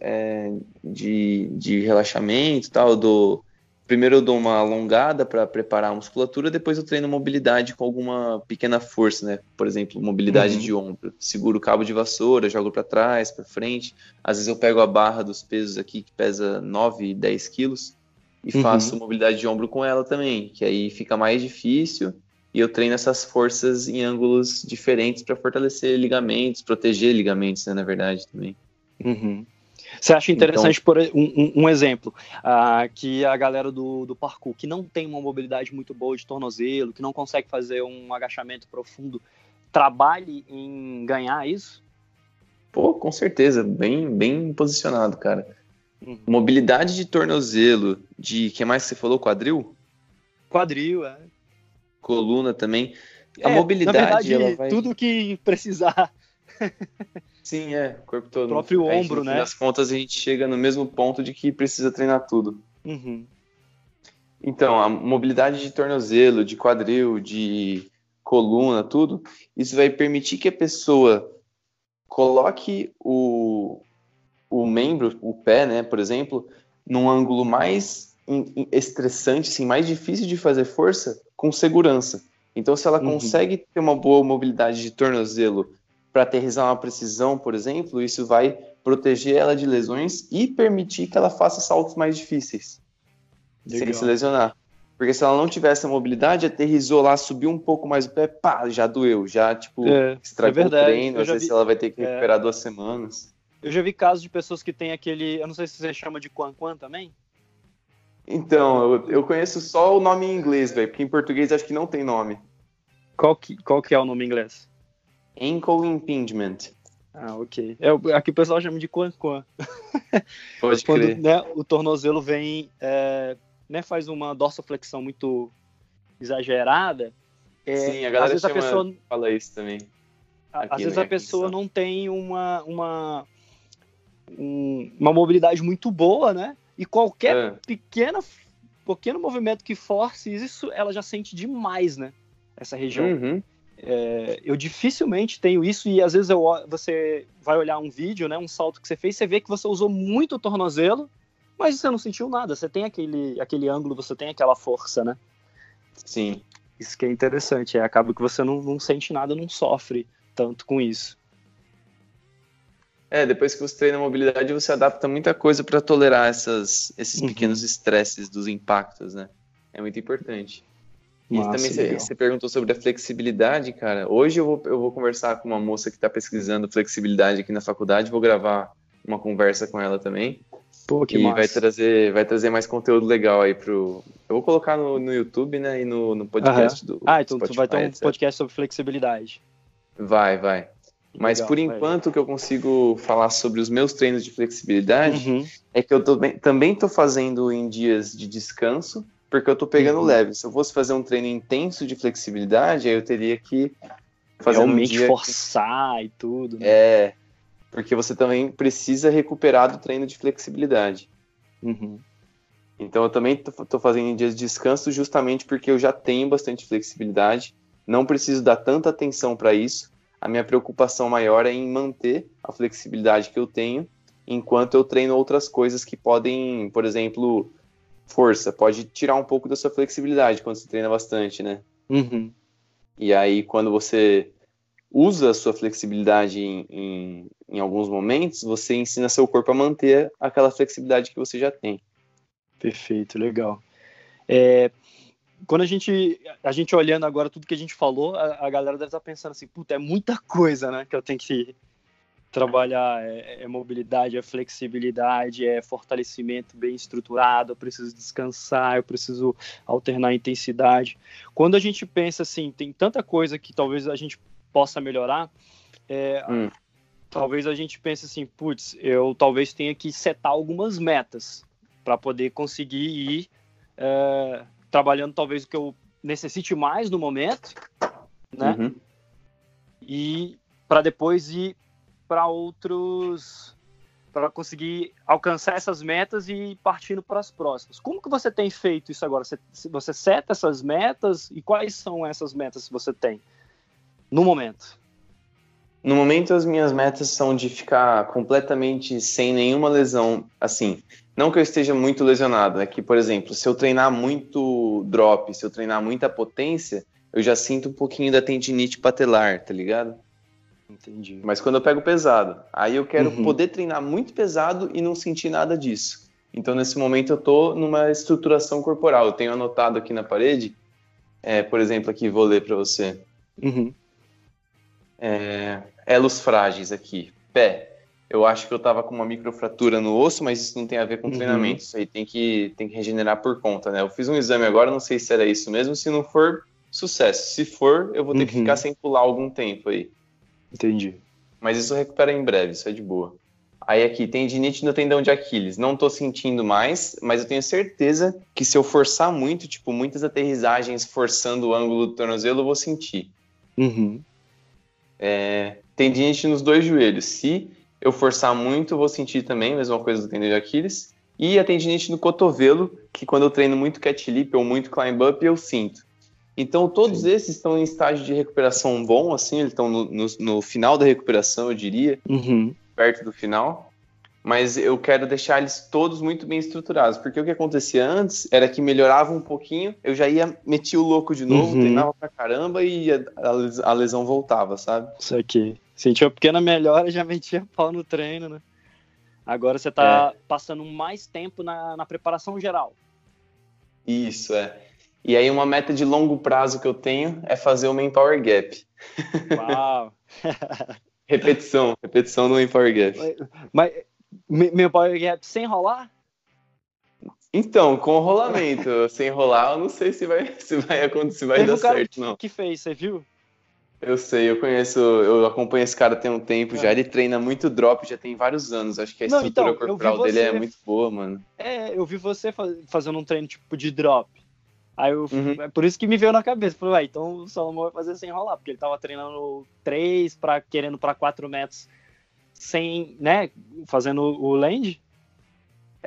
Speaker 3: de relaxamento e tal. Primeiro eu dou uma alongada para preparar a musculatura, depois eu treino mobilidade com alguma pequena força, né? Por exemplo, mobilidade de ombro. Seguro o cabo de vassoura, jogo para trás, para frente. Às vezes eu pego a barra dos pesos aqui, que pesa 9, 10 quilos, e faço mobilidade de ombro com ela também, que aí fica mais difícil. E eu treino essas forças em ângulos diferentes para fortalecer ligamentos, proteger ligamentos, né, na verdade, também.
Speaker 2: Você acha interessante, por um exemplo, que a galera do parkour, que não tem uma mobilidade muito boa de tornozelo, que não consegue fazer um agachamento profundo, trabalhe em ganhar isso?
Speaker 3: Pô, com certeza, bem posicionado, cara. Mobilidade de tornozelo, que mais você falou? Quadril?
Speaker 2: Quadril,
Speaker 3: Coluna também. A mobilidade,
Speaker 2: na verdade,
Speaker 3: ela vai...
Speaker 2: tudo que precisar.
Speaker 3: Sim, o corpo todo.
Speaker 2: O próprio ombro, né?
Speaker 3: Nas contas, a gente chega no mesmo ponto de que precisa treinar tudo. Então, a mobilidade de tornozelo, de quadril, de coluna, tudo, isso vai permitir que a pessoa coloque o membro, o pé, né, por exemplo, num ângulo mais estressante, assim, mais difícil de fazer força, com segurança. Então, se ela consegue ter uma boa mobilidade de tornozelo para aterrissar uma precisão, por exemplo, isso vai proteger ela de lesões e permitir que ela faça saltos mais difíceis, sem se lesionar. Porque se ela não tivesse a mobilidade, aterrissou lá, subiu um pouco mais o pé, pá, já doeu, já, estragou o treino, às vezes ela vai ter que recuperar 2 semanas.
Speaker 2: Eu já vi casos de pessoas que têm aquele, eu não sei se você chama de Quan também?
Speaker 3: Então, eu conheço só o nome em inglês, velho, porque em português acho que não tem nome.
Speaker 2: Qual que é o nome em inglês?
Speaker 3: Ankle impingement.
Speaker 2: Ok. Aqui o pessoal chama de Quan.
Speaker 3: Pode
Speaker 2: quando,
Speaker 3: crer.
Speaker 2: Né, o tornozelo vem, né, faz uma dorsoflexão muito exagerada.
Speaker 3: Sim, a galera
Speaker 2: às vezes
Speaker 3: fala isso também.
Speaker 2: Às vezes a pessoa não tem uma mobilidade muito boa, né? E qualquer pequena pequeno movimento que force isso, ela já sente demais, né? Essa região.
Speaker 3: Uhum.
Speaker 2: Eu dificilmente tenho isso, e às vezes você vai olhar um vídeo, né, um salto que você fez, você vê que você usou muito o tornozelo, mas você não sentiu nada, você tem aquele ângulo, você tem aquela força, né?
Speaker 3: Sim.
Speaker 2: Isso que é interessante, acaba que você não sente nada, não sofre tanto com isso.
Speaker 3: Depois que você treina a mobilidade, você adapta muita coisa para tolerar esses pequenos estresses dos impactos, né? É muito importante. E também você perguntou sobre a flexibilidade, cara. Hoje eu vou conversar com uma moça que está pesquisando flexibilidade aqui na faculdade, vou gravar uma conversa com ela também.
Speaker 2: Pô, que
Speaker 3: massa. Vai trazer mais conteúdo legal aí pro... Eu vou colocar no YouTube, né, e no podcast do
Speaker 2: então
Speaker 3: Spotify,
Speaker 2: tu vai ter um
Speaker 3: etc.
Speaker 2: podcast sobre flexibilidade.
Speaker 3: Vai. Mas legal, por enquanto o que eu consigo falar sobre os meus treinos de flexibilidade é que eu também tô fazendo em dias de descanso, porque eu tô pegando leve. Se eu fosse fazer um treino intenso de flexibilidade, aí eu teria que fazer
Speaker 2: realmente forçar e tudo, né?
Speaker 3: Porque você também precisa recuperar do treino de flexibilidade. Então eu também tô fazendo em dias de descanso justamente porque eu já tenho bastante flexibilidade, não preciso dar tanta atenção para isso. A minha preocupação maior é em manter a flexibilidade que eu tenho enquanto eu treino outras coisas que podem, por exemplo, força, pode tirar um pouco da sua flexibilidade quando você treina bastante, né? E aí, quando você usa a sua flexibilidade em alguns momentos, você ensina seu corpo a manter aquela flexibilidade que você já tem.
Speaker 2: Perfeito, legal. Quando a gente olhando agora tudo que a gente falou, a galera deve estar pensando assim, puta, é muita coisa, né, que eu tenho que trabalhar, mobilidade, flexibilidade, fortalecimento bem estruturado, eu preciso descansar, eu preciso alternar a intensidade. Quando a gente pensa assim, tem tanta coisa que talvez a gente possa melhorar, talvez a gente pense assim, putz, eu talvez tenha que setar algumas metas para poder conseguir ir trabalhando talvez o que eu necessite mais no momento, né? E para depois ir para outros, para conseguir alcançar essas metas e ir partindo para as próximas. Como que você tem feito isso agora? Você seta essas metas e quais são essas metas que você tem no momento?
Speaker 3: No momento, as minhas metas são de ficar completamente sem nenhuma lesão, assim, não que eu esteja muito lesionado, é que, por exemplo, se eu treinar muito drop, se eu treinar muita potência, eu já sinto um pouquinho da tendinite patelar, tá ligado?
Speaker 2: Entendi.
Speaker 3: Mas quando eu pego pesado, aí eu quero poder treinar muito pesado e não sentir nada disso. Então, nesse momento, eu tô numa estruturação corporal. Eu tenho anotado aqui na parede, por exemplo, aqui, vou ler para você. Elos frágeis aqui. Pé. Eu acho que eu tava com uma microfratura no osso, mas isso não tem a ver com treinamento. Isso aí tem que regenerar por conta, né? Eu fiz um exame agora, não sei se era isso mesmo. Se não for, sucesso. Se for, eu vou ter que ficar sem pular algum tempo aí.
Speaker 2: Entendi.
Speaker 3: Mas isso recupera em breve, isso é de boa. Aí aqui, tendinite no tendão de Aquiles. Não tô sentindo mais, mas eu tenho certeza que se eu forçar muito, tipo, muitas aterrissagens forçando o ângulo do tornozelo, eu vou sentir. Tendinite nos dois joelhos. Se eu forçar muito, eu vou sentir também, mesma coisa do tendão de Aquiles. E a tendinite no cotovelo, que quando eu treino muito cat lip ou muito climb up, eu sinto. Então, todos esses estão em estágio de recuperação bom, assim, eles estão no final da recuperação, eu diria, perto do final. Mas eu quero deixar eles todos muito bem estruturados, porque o que acontecia antes era que melhorava um pouquinho, eu já metia o louco de novo, treinava pra caramba e a lesão voltava, sabe?
Speaker 2: Isso aqui. Sentiu uma pequena melhora, já metia pau no treino, né? Agora você tá passando mais tempo na preparação geral.
Speaker 3: Isso, E aí uma meta de longo prazo que eu tenho é fazer o Main Power Gap.
Speaker 2: Uau!
Speaker 3: repetição do Main Power Gap.
Speaker 2: Mas Main Power Gap sem rolar?
Speaker 3: Então, com rolamento, sem rolar, eu não sei se vai dar certo, não.
Speaker 2: Que fez, você viu?
Speaker 3: Eu sei, eu acompanho esse cara tem um tempo já, ele treina muito drop, já tem vários anos, acho que a estrutura corporal dele é muito boa, mano.
Speaker 2: Eu vi você fazendo um treino tipo de drop. Aí é por isso que me veio na cabeça. Falei, então o Salomão vai fazer sem rolar, porque ele tava treinando 3 querendo para 4 metros sem, né, fazendo o land.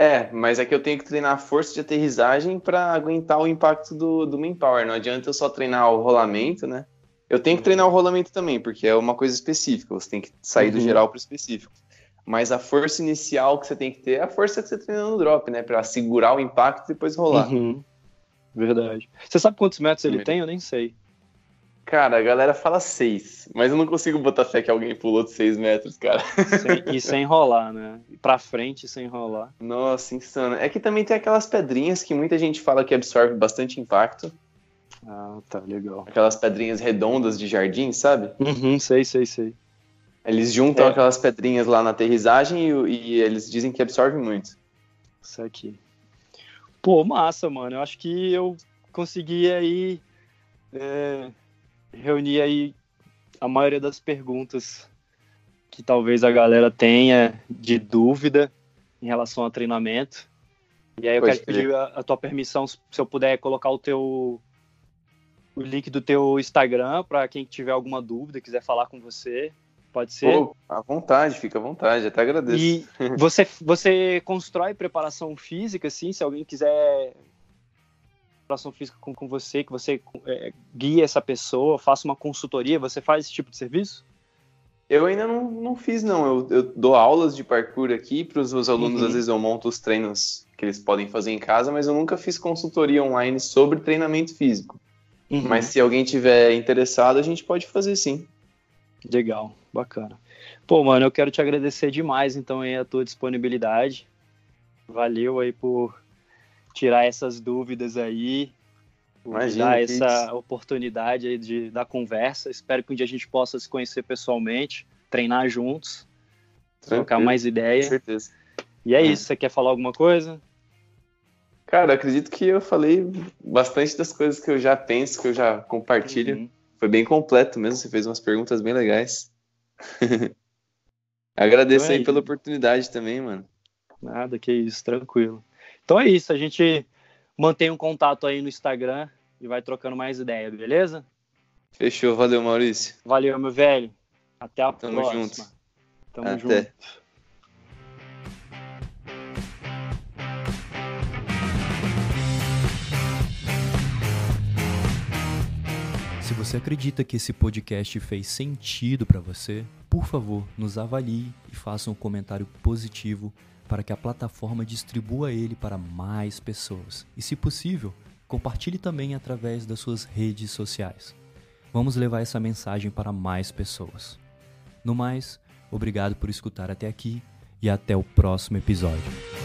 Speaker 3: Mas é que eu tenho que treinar a força de aterrissagem para aguentar o impacto do Manpower. Não adianta eu só treinar o rolamento, né? Eu tenho que treinar o rolamento também, porque é uma coisa específica. Você tem que sair do geral para o específico. Mas a força inicial que você tem que ter é a força que você treina no drop, né? Para segurar o impacto e depois rolar.
Speaker 2: Verdade. Você sabe quantos metros ele tem? Eu nem sei.
Speaker 3: Cara, a galera fala 6, mas eu não consigo botar fé que alguém pulou de 6 metros, cara.
Speaker 2: Sem rolar, né? Pra frente sem rolar.
Speaker 3: Nossa, insano. É que também tem aquelas pedrinhas que muita gente fala que absorve bastante impacto.
Speaker 2: Ah, tá, legal.
Speaker 3: Aquelas pedrinhas redondas de jardim, sabe?
Speaker 2: Sei.
Speaker 3: Eles juntam aquelas pedrinhas lá na aterrissagem e eles dizem que absorve muito.
Speaker 2: Isso aqui. Pô, massa, mano. Eu acho que eu consegui aí reunir aí a maioria das perguntas que talvez a galera tenha de dúvida em relação ao treinamento. E aí eu quero pedir a tua permissão, se eu puder colocar o link do teu Instagram para quem tiver alguma dúvida, quiser falar com você. Pode ser?
Speaker 3: Pô, à vontade, fica à vontade, até agradeço.
Speaker 2: E você constrói preparação física, assim, se alguém quiser preparação física com você, que você guia essa pessoa, faça uma consultoria, você faz esse tipo de serviço?
Speaker 3: Eu ainda não fiz, não. Eu dou aulas de parkour aqui para os meus alunos, às vezes eu monto os treinos que eles podem fazer em casa, mas eu nunca fiz consultoria online sobre treinamento físico. Mas se alguém tiver interessado, a gente pode fazer sim.
Speaker 2: Legal, bacana. Pô, mano, eu quero te agradecer demais, então, aí, a tua disponibilidade. Valeu aí por tirar essas dúvidas aí, por dar essa oportunidade aí da conversa. Espero que um dia a gente possa se conhecer pessoalmente, treinar juntos, trocar mais ideia.
Speaker 3: Com certeza.
Speaker 2: E é isso, você quer falar alguma coisa?
Speaker 3: Cara, acredito que eu falei bastante das coisas que eu já penso, que eu já compartilho. Foi bem completo mesmo, você fez umas perguntas bem legais. Agradeço aí pela oportunidade também, mano.
Speaker 2: Nada, que isso, tranquilo. Então é isso, a gente mantém um contato aí no Instagram e vai trocando mais ideia, beleza?
Speaker 3: Fechou, valeu, Maurício.
Speaker 2: Valeu, meu velho. Até a
Speaker 3: próxima.
Speaker 2: Tamo junto.
Speaker 1: Se você acredita que esse podcast fez sentido para você, por favor, nos avalie e faça um comentário positivo para que a plataforma distribua ele para mais pessoas. E, se possível, compartilhe também através das suas redes sociais. Vamos levar essa mensagem para mais pessoas. No mais, obrigado por escutar até aqui e até o próximo episódio.